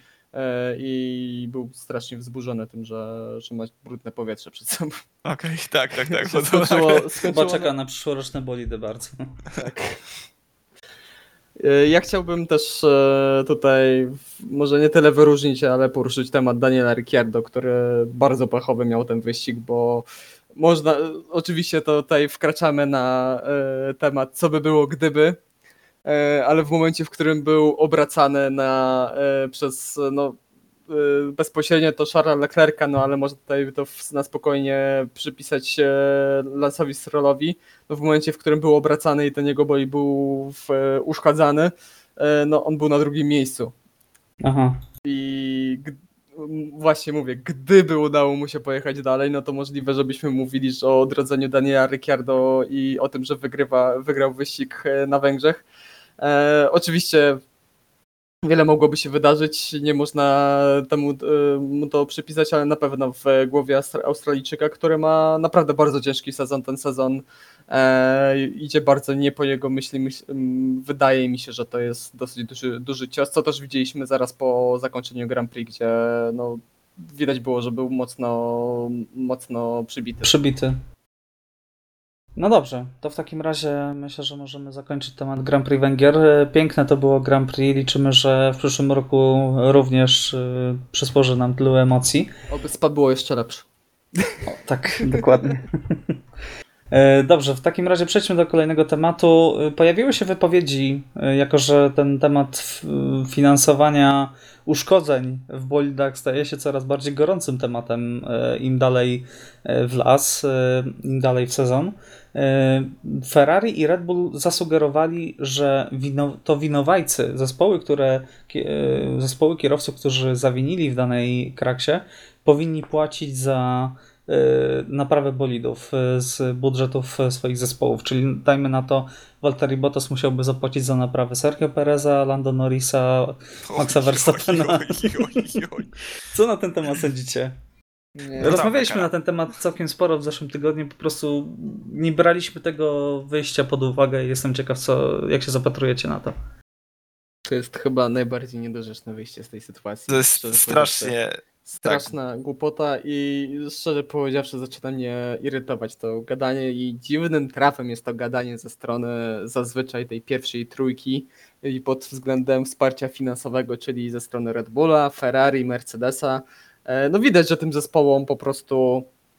i był strasznie wzburzony tym, że ma brudne powietrze przed sobą. Okej, tak. Skończyło czeka na przyszłoroczne bolidy bardzo. Tak. Ja chciałbym też tutaj może nie tyle wyróżnić, ale poruszyć temat Daniela Ricciardo, który bardzo pechowy miał ten wyścig, bo oczywiście to tutaj wkraczamy na temat, co by było gdyby, ale w momencie, w którym był obracany przez bezpośrednio to Charlesa Leclerca, ale można tutaj to na spokojnie przypisać Lance'owi Strollowi, w momencie, w którym był obracany i ten jego bolid był uszkadzany, on był na 2. miejscu. Aha. I właśnie mówię, gdyby udało mu się pojechać dalej, to możliwe, żebyśmy mówili o odrodzeniu Daniela Ricciardo i o tym, że wygrał wyścig na Węgrzech. Oczywiście wiele mogłoby się wydarzyć, nie można mu to przypisać, ale na pewno w głowie Australijczyka, który ma naprawdę bardzo ciężki sezon, ten sezon idzie bardzo nie po jego myśli. Wydaje mi się, że to jest dosyć duży cios, co też widzieliśmy zaraz po zakończeniu Grand Prix, gdzie widać było, że był mocno przybity. No dobrze, to w takim razie myślę, że możemy zakończyć temat Grand Prix Węgier. Piękne to było Grand Prix, liczymy, że w przyszłym roku również przysporzy nam tylu emocji. Oby Spa było jeszcze lepsze. O, tak, dokładnie. Dobrze, w takim razie przejdźmy do kolejnego tematu. Pojawiły się wypowiedzi, jako że ten temat finansowania uszkodzeń w bolidach staje się coraz bardziej gorącym tematem, im dalej w las, im dalej w sezon. Ferrari i Red Bull zasugerowali, że to winowajcy, zespoły kierowców, którzy zawinili w danej kraksie, powinni płacić za naprawę bolidów z budżetów swoich zespołów, czyli dajmy na to, Valtteri Bottas musiałby zapłacić za naprawę Sergio Pereza, Lando Norrisa, Maxa Verstappena. Co na ten temat sądzicie? Nie. Rozmawialiśmy na ten temat całkiem sporo w zeszłym tygodniu, po prostu nie braliśmy tego wyjścia pod uwagę i jestem ciekaw, jak się zapatrujecie na to. To jest chyba najbardziej niedorzeczne wyjście z tej sytuacji. To jest Szczerze strasznie... powiedziawszy. Straszna głupota i szczerze powiedziawszy zaczyna mnie irytować to gadanie i dziwnym trafem jest to gadanie ze strony zazwyczaj tej pierwszej trójki i pod względem wsparcia finansowego, czyli ze strony Red Bulla, Ferrari, Mercedesa. No widać, że tym zespołom po prostu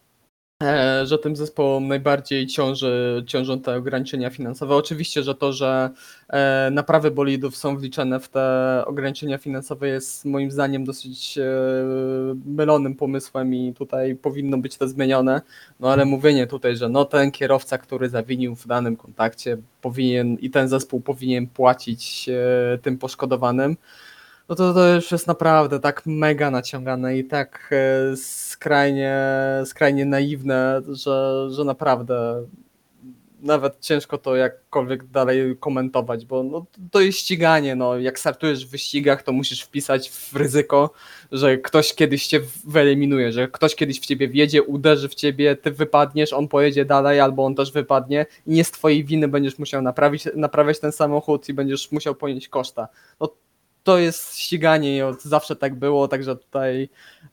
najbardziej ciążą te ograniczenia finansowe. Oczywiście, że to, że naprawy bolidów są wliczane w te ograniczenia finansowe jest moim zdaniem dosyć mylonym pomysłem i tutaj powinno być to zmienione, no ale mówienie tutaj, że no ten kierowca, który zawinił w danym kontakcie i ten zespół powinien płacić tym poszkodowanym, no to już jest naprawdę tak mega naciągane i tak skrajnie naiwne, że naprawdę nawet ciężko to jakkolwiek dalej komentować, bo no, to jest ściganie, no, jak startujesz w wyścigach, to musisz wpisać w ryzyko, że ktoś kiedyś cię wyeliminuje, że ktoś kiedyś w ciebie wjedzie, uderzy w ciebie, ty wypadniesz, on pojedzie dalej albo on też wypadnie i nie z twojej winy będziesz musiał naprawiać ten samochód i będziesz musiał ponieść koszta. No, to jest ściganie i od zawsze tak było, także tutaj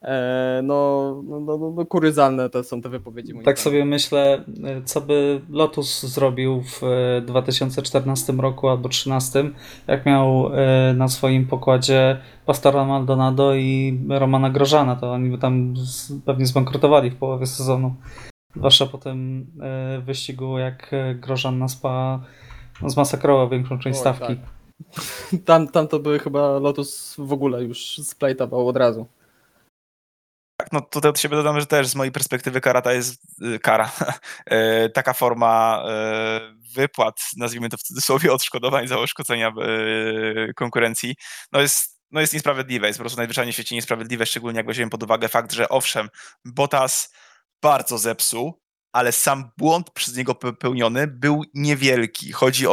no kuryzalne to są te wypowiedzi. Tak sobie myślę, co by Lotus zrobił w 2014 roku albo 2013, jak miał na swoim pokładzie Pastora Maldonado i Romana Grosjeana, to oni by tam pewnie zbankrutowali w połowie sezonu. Zwłaszcza po tym wyścigu, jak Grosjean na Spa zmasakrował większą część stawki. Tak. Tam to by chyba Lotus w ogóle już splajtował od razu. Tak, no tutaj od siebie dodam, że też z mojej perspektywy kara to jest taka forma wypłat, nazwijmy to w cudzysłowie, odszkodowań za uszkodzenia konkurencji, no jest niesprawiedliwe, jest po prostu najwyższej w świecie niesprawiedliwe, szczególnie jak weźmiemy pod uwagę fakt, że owszem, Bottas bardzo zepsuł, ale sam błąd przez niego popełniony był niewielki. Chodzi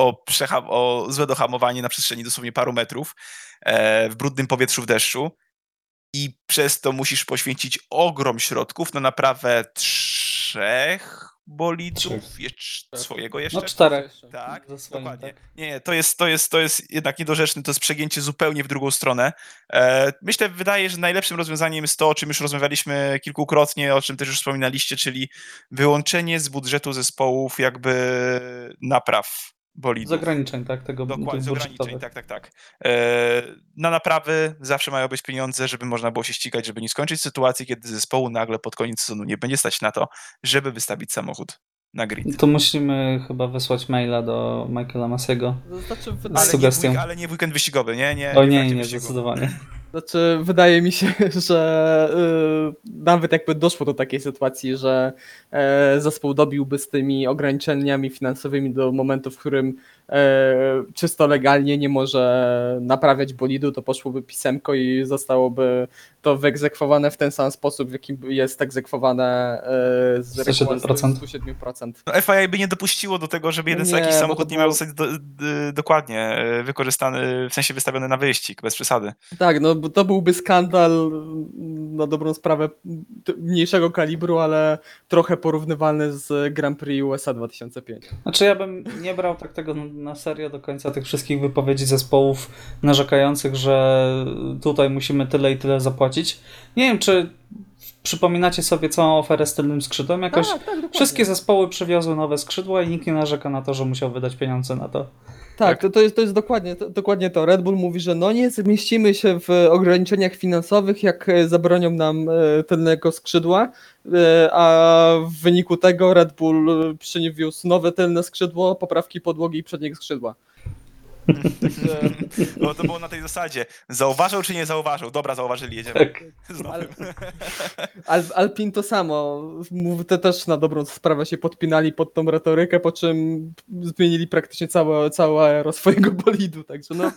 o złe dohamowanie na przestrzeni dosłownie paru metrów w brudnym powietrzu w deszczu i przez to musisz poświęcić ogrom środków na naprawę 3 bolidów, swojego jeszcze. No 4. Tak, swoim, dokładnie. tak. Nie, to jest jednak niedorzeczne, to jest przegięcie zupełnie w drugą stronę. Wydaje, że najlepszym rozwiązaniem jest to, o czym już rozmawialiśmy kilkukrotnie, o czym też już wspominaliście, czyli wyłączenie z budżetu zespołów jakby napraw bolidów. Z ograniczeń, tak? Dokładnie, z ograniczeń, tak. Na naprawy zawsze mają być pieniądze, żeby można było się ścigać, żeby nie skończyć sytuacji, kiedy zespołu nagle pod koniec sezonu nie będzie stać na to, żeby wystawić samochód na grid. To musimy chyba wysłać maila do Michaela Masiego z sugestią. Ale nie w weekend wyścigowy, nie? O nie, zdecydowanie. Znaczy, wydaje mi się, że nawet jakby doszło do takiej sytuacji, że zespół dobiłby z tymi ograniczeniami finansowymi do momentu, w którym czysto legalnie nie może naprawiać bolidu, to poszłoby pisemko i zostałoby to wyegzekwowane w ten sam sposób, w jaki jest egzekwowane z reguły 107%. No, FIA by nie dopuściło do tego, żeby jeden taki samochód nie miał zostać dokładnie wykorzystany, w sensie wystawiony na wyścig, bez przesady. Tak, no to byłby skandal na dobrą sprawę mniejszego kalibru, ale trochę porównywalny z Grand Prix USA 2005. Znaczy ja bym nie brał tak tego na serio do końca tych wszystkich wypowiedzi zespołów narzekających, że tutaj musimy tyle i tyle zapłacić. Nie wiem, czy przypominacie sobie całą oferę z tylnym skrzydłem? Jakoś tak, wszystkie zespoły przywiozły nowe skrzydła i nikt nie narzeka na to, że musiał wydać pieniądze na to. Tak, to jest dokładnie to. Red Bull mówi, że no nie zmieścimy się w ograniczeniach finansowych, jak zabronią nam tylnego skrzydła, a w wyniku tego Red Bull przyniósł nowe tylne skrzydło, poprawki podłogi i przedniego skrzydła. Bo to było na tej zasadzie. Zauważył czy nie zauważył? Dobra, zauważyli, jedziemy. Tak. Z nowym. Alpin to samo. Te też na dobrą sprawę się podpinali pod tą retorykę, po czym zmienili praktycznie całe aero swojego bolidu, także no.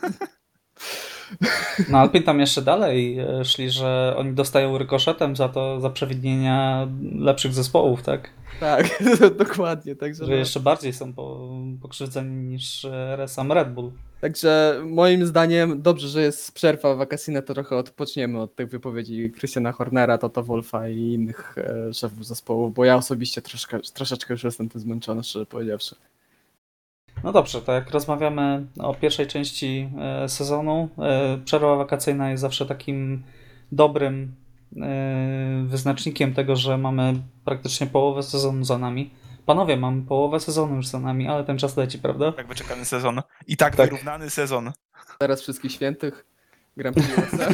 No Alpin tam jeszcze dalej szli, że oni dostają rykoszetem za przewidnienia lepszych zespołów, tak? Tak, dokładnie. Także, Że jeszcze bardziej są pokrzywdzeni niż sam Red Bull. Także moim zdaniem dobrze, że jest przerwa wakacyjna, to trochę odpoczniemy od tych wypowiedzi Christiana Hornera, Toto Wolffa i innych szefów zespołów, bo ja osobiście troszeczkę już jestem tym zmęczony, szczerze powiedziawszy. No dobrze, to jak rozmawiamy o pierwszej części sezonu, przerwa wakacyjna jest zawsze takim dobrym wyznacznikiem tego, że mamy praktycznie połowę sezonu za nami. Panowie, mamy połowę sezonu już za nami, ale ten czas leci, prawda? Tak wyczekany sezon. I tak Tak. wyrównany sezon. Teraz wszystkich świętych, Grand Prix USA.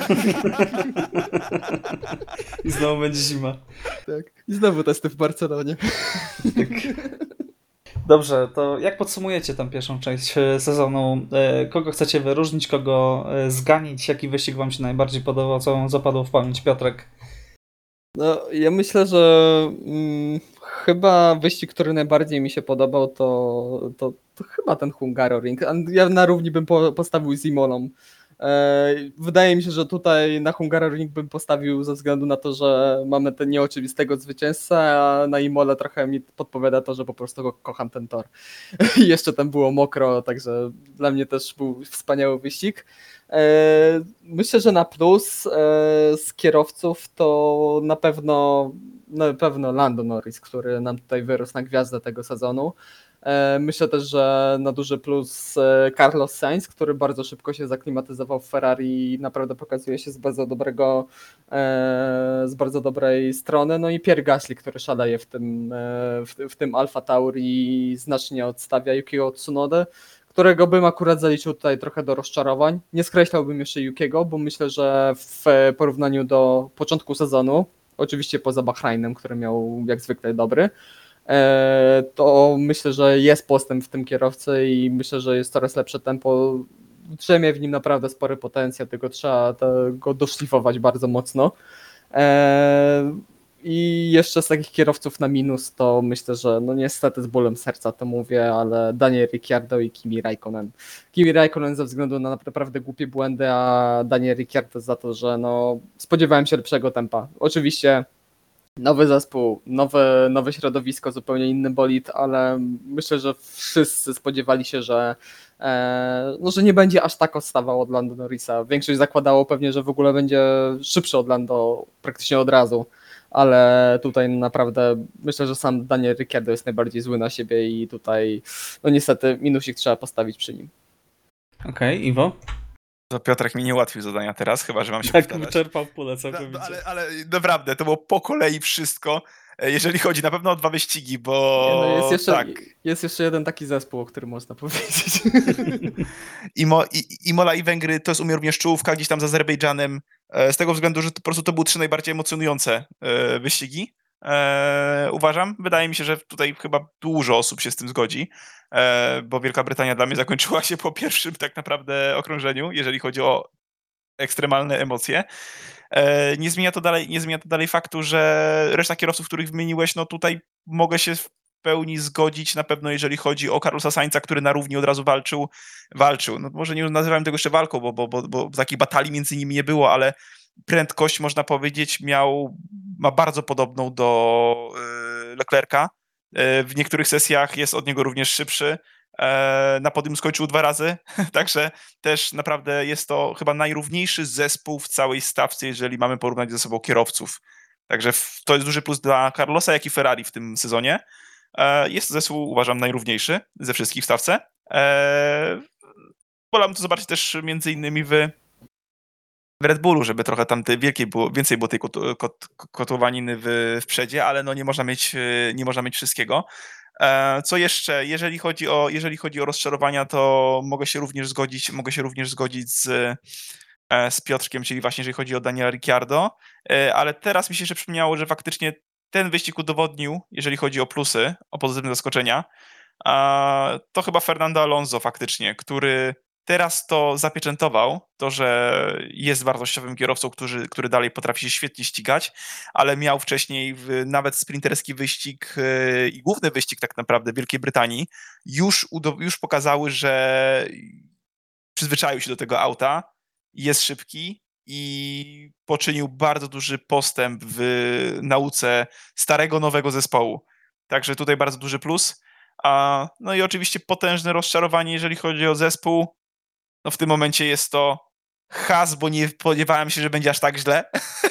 I znowu będzie zima. Tak. I znowu testy w Barcelonie. Dobrze, to jak podsumujecie tę pierwszą część sezonu? Kogo chcecie wyróżnić, kogo zganić? Jaki wyścig wam się najbardziej podobał? Co wam zapadło w pamięć, Piotrek? No, ja myślę, że chyba wyścig, który najbardziej mi się podobał, to chyba ten Hungaroring. Ja na równi bym postawił z Imolą. Wydaje mi się, że tutaj na Hungaroring bym postawił ze względu na to, że mamy ten nieoczywistego zwycięzcę, a na Imole trochę mi podpowiada to, że po prostu kocham ten tor. I jeszcze tam było mokro, także dla mnie też był wspaniały wyścig. Myślę, że na plus z kierowców to na pewno Lando Norris, który nam tutaj wyrósł na gwiazdę tego sezonu. Myślę też, że na duży plus Carlos Sainz, który bardzo szybko się zaklimatyzował w Ferrari i naprawdę pokazuje się z bardzo dobrej strony. No i Pierre Gasly, który szaleje w tym Alfa Tauri i znacznie odstawia Yukiego Tsunodę, którego bym akurat zaliczył tutaj trochę do rozczarowań. Nie skreślałbym jeszcze Yukiego, bo myślę, że w porównaniu do początku sezonu, oczywiście poza Bahrainem, który miał jak zwykle dobry, to myślę, że jest postęp w tym kierowcy i myślę, że jest coraz lepsze tempo. Drzemie w nim naprawdę spory potencjał, tylko trzeba go doszlifować bardzo mocno. I jeszcze z takich kierowców na minus to myślę, że no niestety z bólem serca to mówię, ale Daniel Ricciardo i Kimi Räikkönen. Kimi Räikkönen ze względu na naprawdę głupie błędy, a Daniel Ricciardo za to, że no spodziewałem się lepszego tempa. Oczywiście nowy zespół, nowe środowisko, zupełnie inny bolid, ale myślę, że wszyscy spodziewali się, że nie będzie aż tak odstawał od Lando Norrisa. Większość zakładało pewnie, że w ogóle będzie szybszy od Lando praktycznie od razu, ale tutaj naprawdę myślę, że sam Daniel Ricciardo jest najbardziej zły na siebie i tutaj no niestety minusik trzeba postawić przy nim. Okej, Iwo? To Piotrek mi nie ułatwił zadania teraz, chyba że mam się Tak, powtarzać. wyczerpał pulę całkowicie. Ale naprawdę, to było po kolei wszystko, jeżeli chodzi na pewno o 2 wyścigi, bo Jest jeszcze jeden taki zespół, o którym można powiedzieć. Imola i Węgry to jest u mnie również czołówka gdzieś tam z Azerbejdżanem, z tego względu, że to po prostu to były 3 najbardziej emocjonujące wyścigi. Uważam. Wydaje mi się, że tutaj chyba dużo osób się z tym zgodzi, bo Wielka Brytania dla mnie zakończyła się po pierwszym tak naprawdę okrążeniu, jeżeli chodzi o ekstremalne emocje. Nie zmienia to dalej faktu, że reszta kierowców, których wymieniłeś, no tutaj mogę się w pełni zgodzić, na pewno jeżeli chodzi o Carlosa Sainza, który na równi od razu walczył. No może nie nazywałem tego jeszcze walką, bo takiej batalii między nimi nie było, ale prędkość, można powiedzieć, ma bardzo podobną do Leclerca. W niektórych sesjach jest od niego również szybszy. Na podium skończył 2 razy, także też naprawdę jest to chyba najrówniejszy zespół w całej stawce, jeżeli mamy porównać ze sobą kierowców. Także to jest duży plus dla Carlosa, jak i Ferrari w tym sezonie. Jest to zespół, uważam, najrówniejszy ze wszystkich w stawce. Wolałbym to zobaczyć też między innymi w Red Bullu, żeby trochę tam więcej było tej kotłowaniny w przedzie, ale no nie można mieć wszystkiego. Co jeszcze? Jeżeli chodzi o rozczarowania, to mogę się również zgodzić z Piotrkiem, czyli właśnie jeżeli chodzi o Daniela Ricciardo, ale teraz mi się jeszcze przypomniało, że faktycznie ten wyścig udowodnił, jeżeli chodzi o plusy, o pozytywne zaskoczenia, to chyba Fernando Alonso faktycznie, który teraz to zapieczętował, to, że jest wartościowym kierowcą, który dalej potrafi się świetnie ścigać, ale miał wcześniej nawet sprinterski wyścig i główny wyścig tak naprawdę Wielkiej Brytanii, już pokazały, że przyzwyczaił się do tego auta, jest szybki i poczynił bardzo duży postęp w nauce starego, nowego zespołu. Także tutaj bardzo duży plus. No i oczywiście potężne rozczarowanie, jeżeli chodzi o zespół. No w tym momencie jest to Haas, bo nie spodziewałem się, że będzie aż tak źle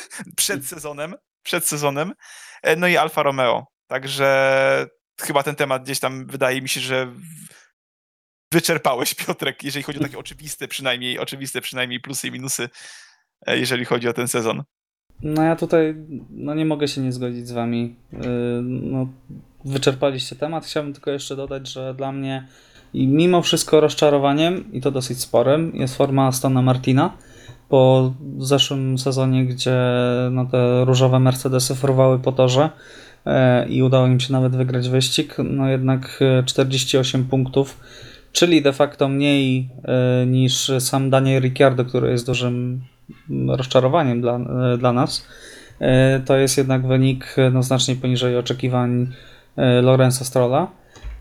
przed sezonem. No i Alfa Romeo. Także chyba ten temat gdzieś tam wydaje mi się, że wyczerpałeś, Piotrek, jeżeli chodzi o takie oczywiste przynajmniej plusy i minusy, jeżeli chodzi o ten sezon. No ja tutaj nie mogę się nie zgodzić z wami. Wyczerpaliście temat. Chciałbym tylko jeszcze dodać, że dla mnie i mimo wszystko rozczarowaniem, i to dosyć sporym, jest forma Astona Martina. Po zeszłym sezonie, gdzie te różowe Mercedesy forowały po torze i udało im się nawet wygrać wyścig, jednak 48 punktów, czyli de facto mniej niż sam Daniel Ricciardo, który jest dużym rozczarowaniem dla nas. To jest jednak wynik znacznie poniżej oczekiwań Lawrence'a Strolla.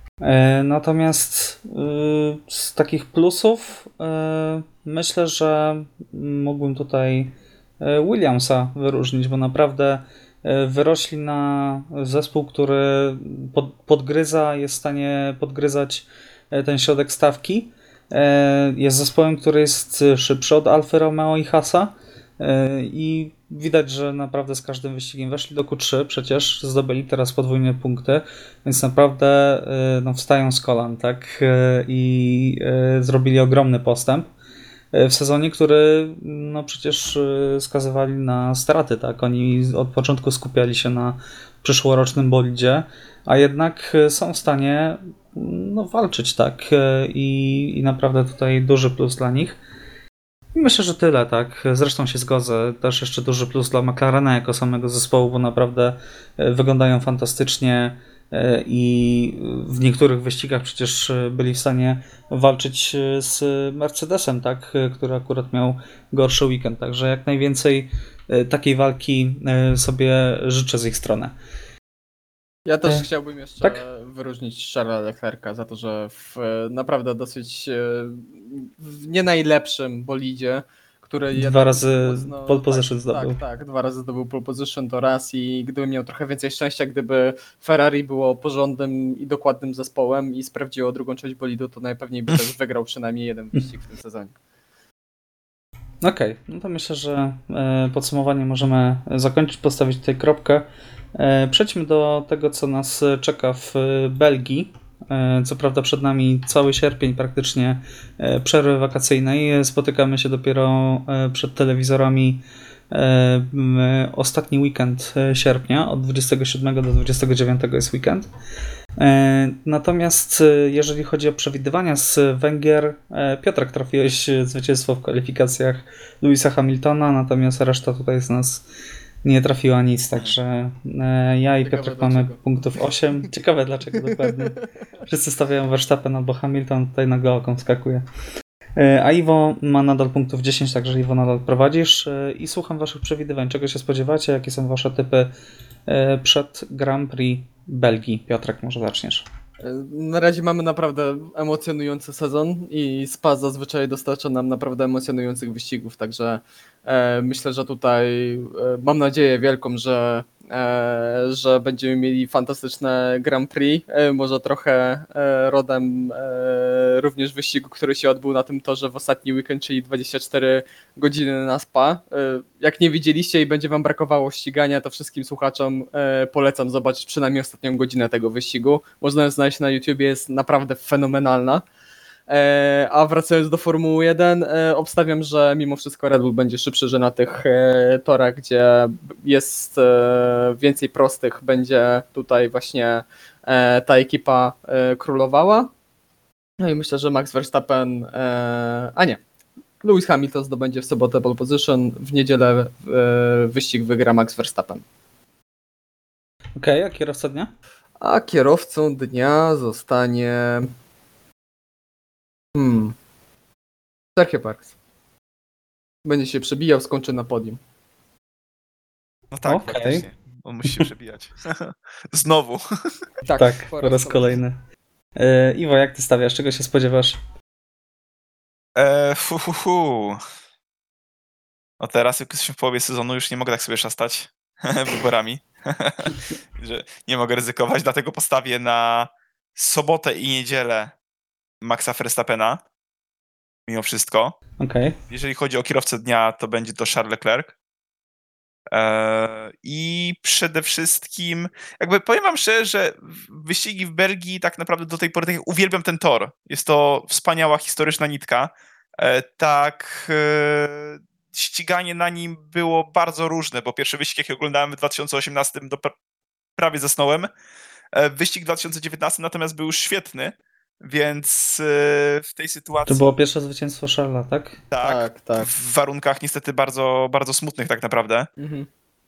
Natomiast z takich plusów myślę, że mógłbym tutaj Williamsa wyróżnić, bo naprawdę wyrośli na zespół, który podgryza, jest w stanie podgryzać ten środek stawki. Jest zespołem, który jest szybszy od Alfy Romeo i Haasa i widać, że naprawdę z każdym wyścigiem weszli do Q3, przecież zdobyli teraz podwójne punkty, więc naprawdę wstają z kolan, tak? I zrobili ogromny postęp w sezonie, który przecież skazywali na straty, tak? Oni od początku skupiali się na przyszłorocznym bolidzie, a jednak są w stanie walczyć, tak? I naprawdę tutaj duży plus dla nich. I myślę, że tyle, tak. Zresztą się zgodzę. Też jeszcze duży plus dla McLarena jako samego zespołu, bo naprawdę wyglądają fantastycznie i w niektórych wyścigach przecież byli w stanie walczyć z Mercedesem, tak, który akurat miał gorszy weekend. Także jak najwięcej takiej walki sobie życzę z ich strony. Ja też chciałbym jeszcze tak? wyróżnić Charlesa Leclerca za to, że w naprawdę dosyć w nie najlepszym bolidzie, który 2 razy pole position zdobył. Tak, 2 razy zdobył pole position, to raz, i gdyby miał trochę więcej szczęścia, gdyby Ferrari było porządnym i dokładnym zespołem i sprawdziło drugą część bolidu, to najpewniej by też wygrał przynajmniej jeden wyścig w tym sezonie. Okej, no to myślę, że podsumowanie możemy zakończyć, postawić tutaj kropkę. Przejdźmy do tego, co nas czeka w Belgii. Co prawda przed nami cały sierpień praktycznie przerwy wakacyjnej. Spotykamy się dopiero przed telewizorami ostatni weekend sierpnia, od 27 do 29 jest weekend. Natomiast jeżeli chodzi o przewidywania z Węgier, Piotrek, trafiłeś zwycięstwo w kwalifikacjach Lewisa Hamiltona, natomiast reszta tutaj z nas nie trafiła nic, także ja i Ciekawe Piotrek dlaczego. mamy punktów 8. Ciekawe dlaczego dokładnie. Wszyscy stawiają Verstappen albo Hamilton, tutaj nagle okom skakuje. A Iwo ma nadal punktów 10, także Iwo nadal prowadzisz i słucham waszych przewidywań. Czego się spodziewacie? Jakie są wasze typy przed Grand Prix Belgii? Piotrek, może zaczniesz. Na razie mamy naprawdę emocjonujący sezon i Spa zazwyczaj dostarcza nam naprawdę emocjonujących wyścigów, także myślę, że tutaj mam nadzieję wielką, że będziemy mieli fantastyczne Grand Prix, może trochę rodem również wyścigu, który się odbył na tym torze w ostatni weekend, czyli 24 godziny na Spa. Jak nie widzieliście i będzie wam brakowało ścigania, to wszystkim słuchaczom polecam zobaczyć przynajmniej ostatnią godzinę tego wyścigu. Można ją znaleźć na YouTubie, jest naprawdę fenomenalna. A wracając do Formuły 1, obstawiam, że mimo wszystko Red Bull będzie szybszy, że na tych torach, gdzie jest więcej prostych, będzie tutaj właśnie ta ekipa królowała. No i myślę, że Max Verstappen, Lewis Hamilton zdobędzie w sobotę pole position, w niedzielę wyścig wygra Max Verstappen. Okej, a kierowca dnia? A kierowcą dnia zostanie Sergio Perez. Będzie się przebijał, skończy na podium. No tak, Okej. faktycznie. On musi się przebijać. Znowu. Tak, po raz kolejny. Iwo, jak ty stawiasz? Czego się spodziewasz? No teraz, jak jesteśmy w połowie sezonu, już nie mogę tak sobie szastać wyborami. Że nie mogę ryzykować, dlatego postawię na sobotę i niedzielę Maxa Verstappena. Mimo wszystko. Okej. Jeżeli chodzi o kierowcę dnia, to będzie to Charles Leclerc. I przede wszystkim, jakby powiem wam szczerze, że wyścigi w Belgii tak naprawdę do tej pory, tak jak uwielbiam ten tor. Jest to wspaniała, historyczna nitka. Ściganie na nim było bardzo różne, bo pierwszy wyścig, jaki oglądałem w 2018, prawie zasnąłem. Wyścig w 2019 natomiast był już świetny, więc w tej sytuacji... To było pierwsze zwycięstwo Charlesa, tak? Tak. W warunkach niestety bardzo, bardzo smutnych tak naprawdę. Mhm.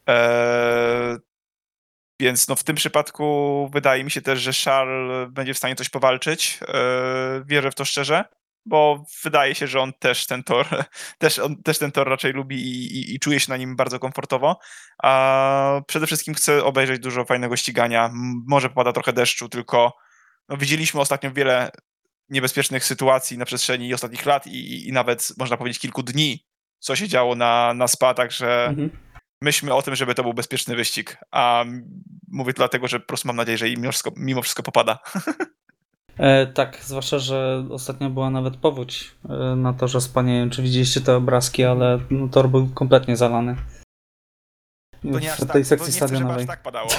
Więc no w tym przypadku wydaje mi się też, że Charles będzie w stanie coś powalczyć. Wierzę w to szczerze, bo wydaje się, że on też ten tor, też ten tor raczej lubi i czuje się na nim bardzo komfortowo. A przede wszystkim chcę obejrzeć dużo fajnego ścigania. Może pada trochę deszczu, tylko no, widzieliśmy ostatnio wiele niebezpiecznych sytuacji na przestrzeni ostatnich lat i nawet można powiedzieć kilku dni, co się działo na Spa, także myślmy o tym, żeby to był bezpieczny wyścig. A mówię to dlatego, że po prostu mam nadzieję, że mimo wszystko popada. Tak, zwłaszcza, że ostatnio była nawet powódź na torze Spa. Nie wiem, czy widzieliście te obrazki, ale tor był kompletnie zalany. To nie aż W tak, tej to sekcji nie chcę, żeby stadionowej. aż tak padało.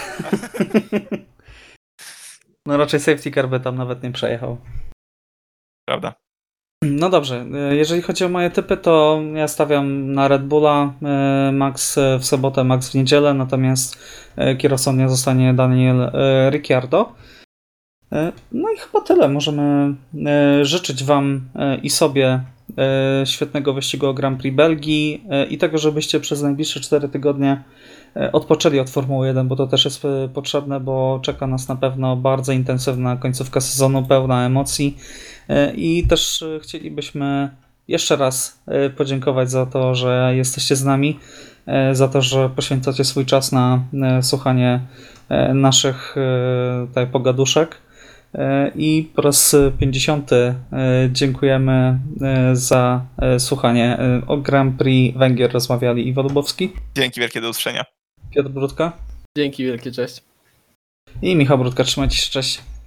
No raczej safety car by tam nawet nie przejechał. Prawda. No dobrze, jeżeli chodzi o moje typy, to ja stawiam na Red Bulla, Max w sobotę, Max w niedzielę, natomiast kierowcą dnia zostanie Daniel Ricciardo. No i chyba tyle. Możemy życzyć wam i sobie świetnego wyścigu o Grand Prix Belgii i tego, żebyście przez najbliższe 4 tygodnie odpoczęli od Formuły 1, bo to też jest potrzebne, bo czeka nas na pewno bardzo intensywna końcówka sezonu, pełna emocji i też chcielibyśmy jeszcze raz podziękować za to, że jesteście z nami, za to, że poświęcacie swój czas na słuchanie naszych tutaj pogaduszek. I po raz 50 dziękujemy za słuchanie. O Grand Prix Węgier rozmawiali Iwo Lubowski. Dzięki wielkie, do usłyszenia. Piotr Brudka. Dzięki wielkie, cześć. I Michał Brudka. Trzymajcie się, cześć.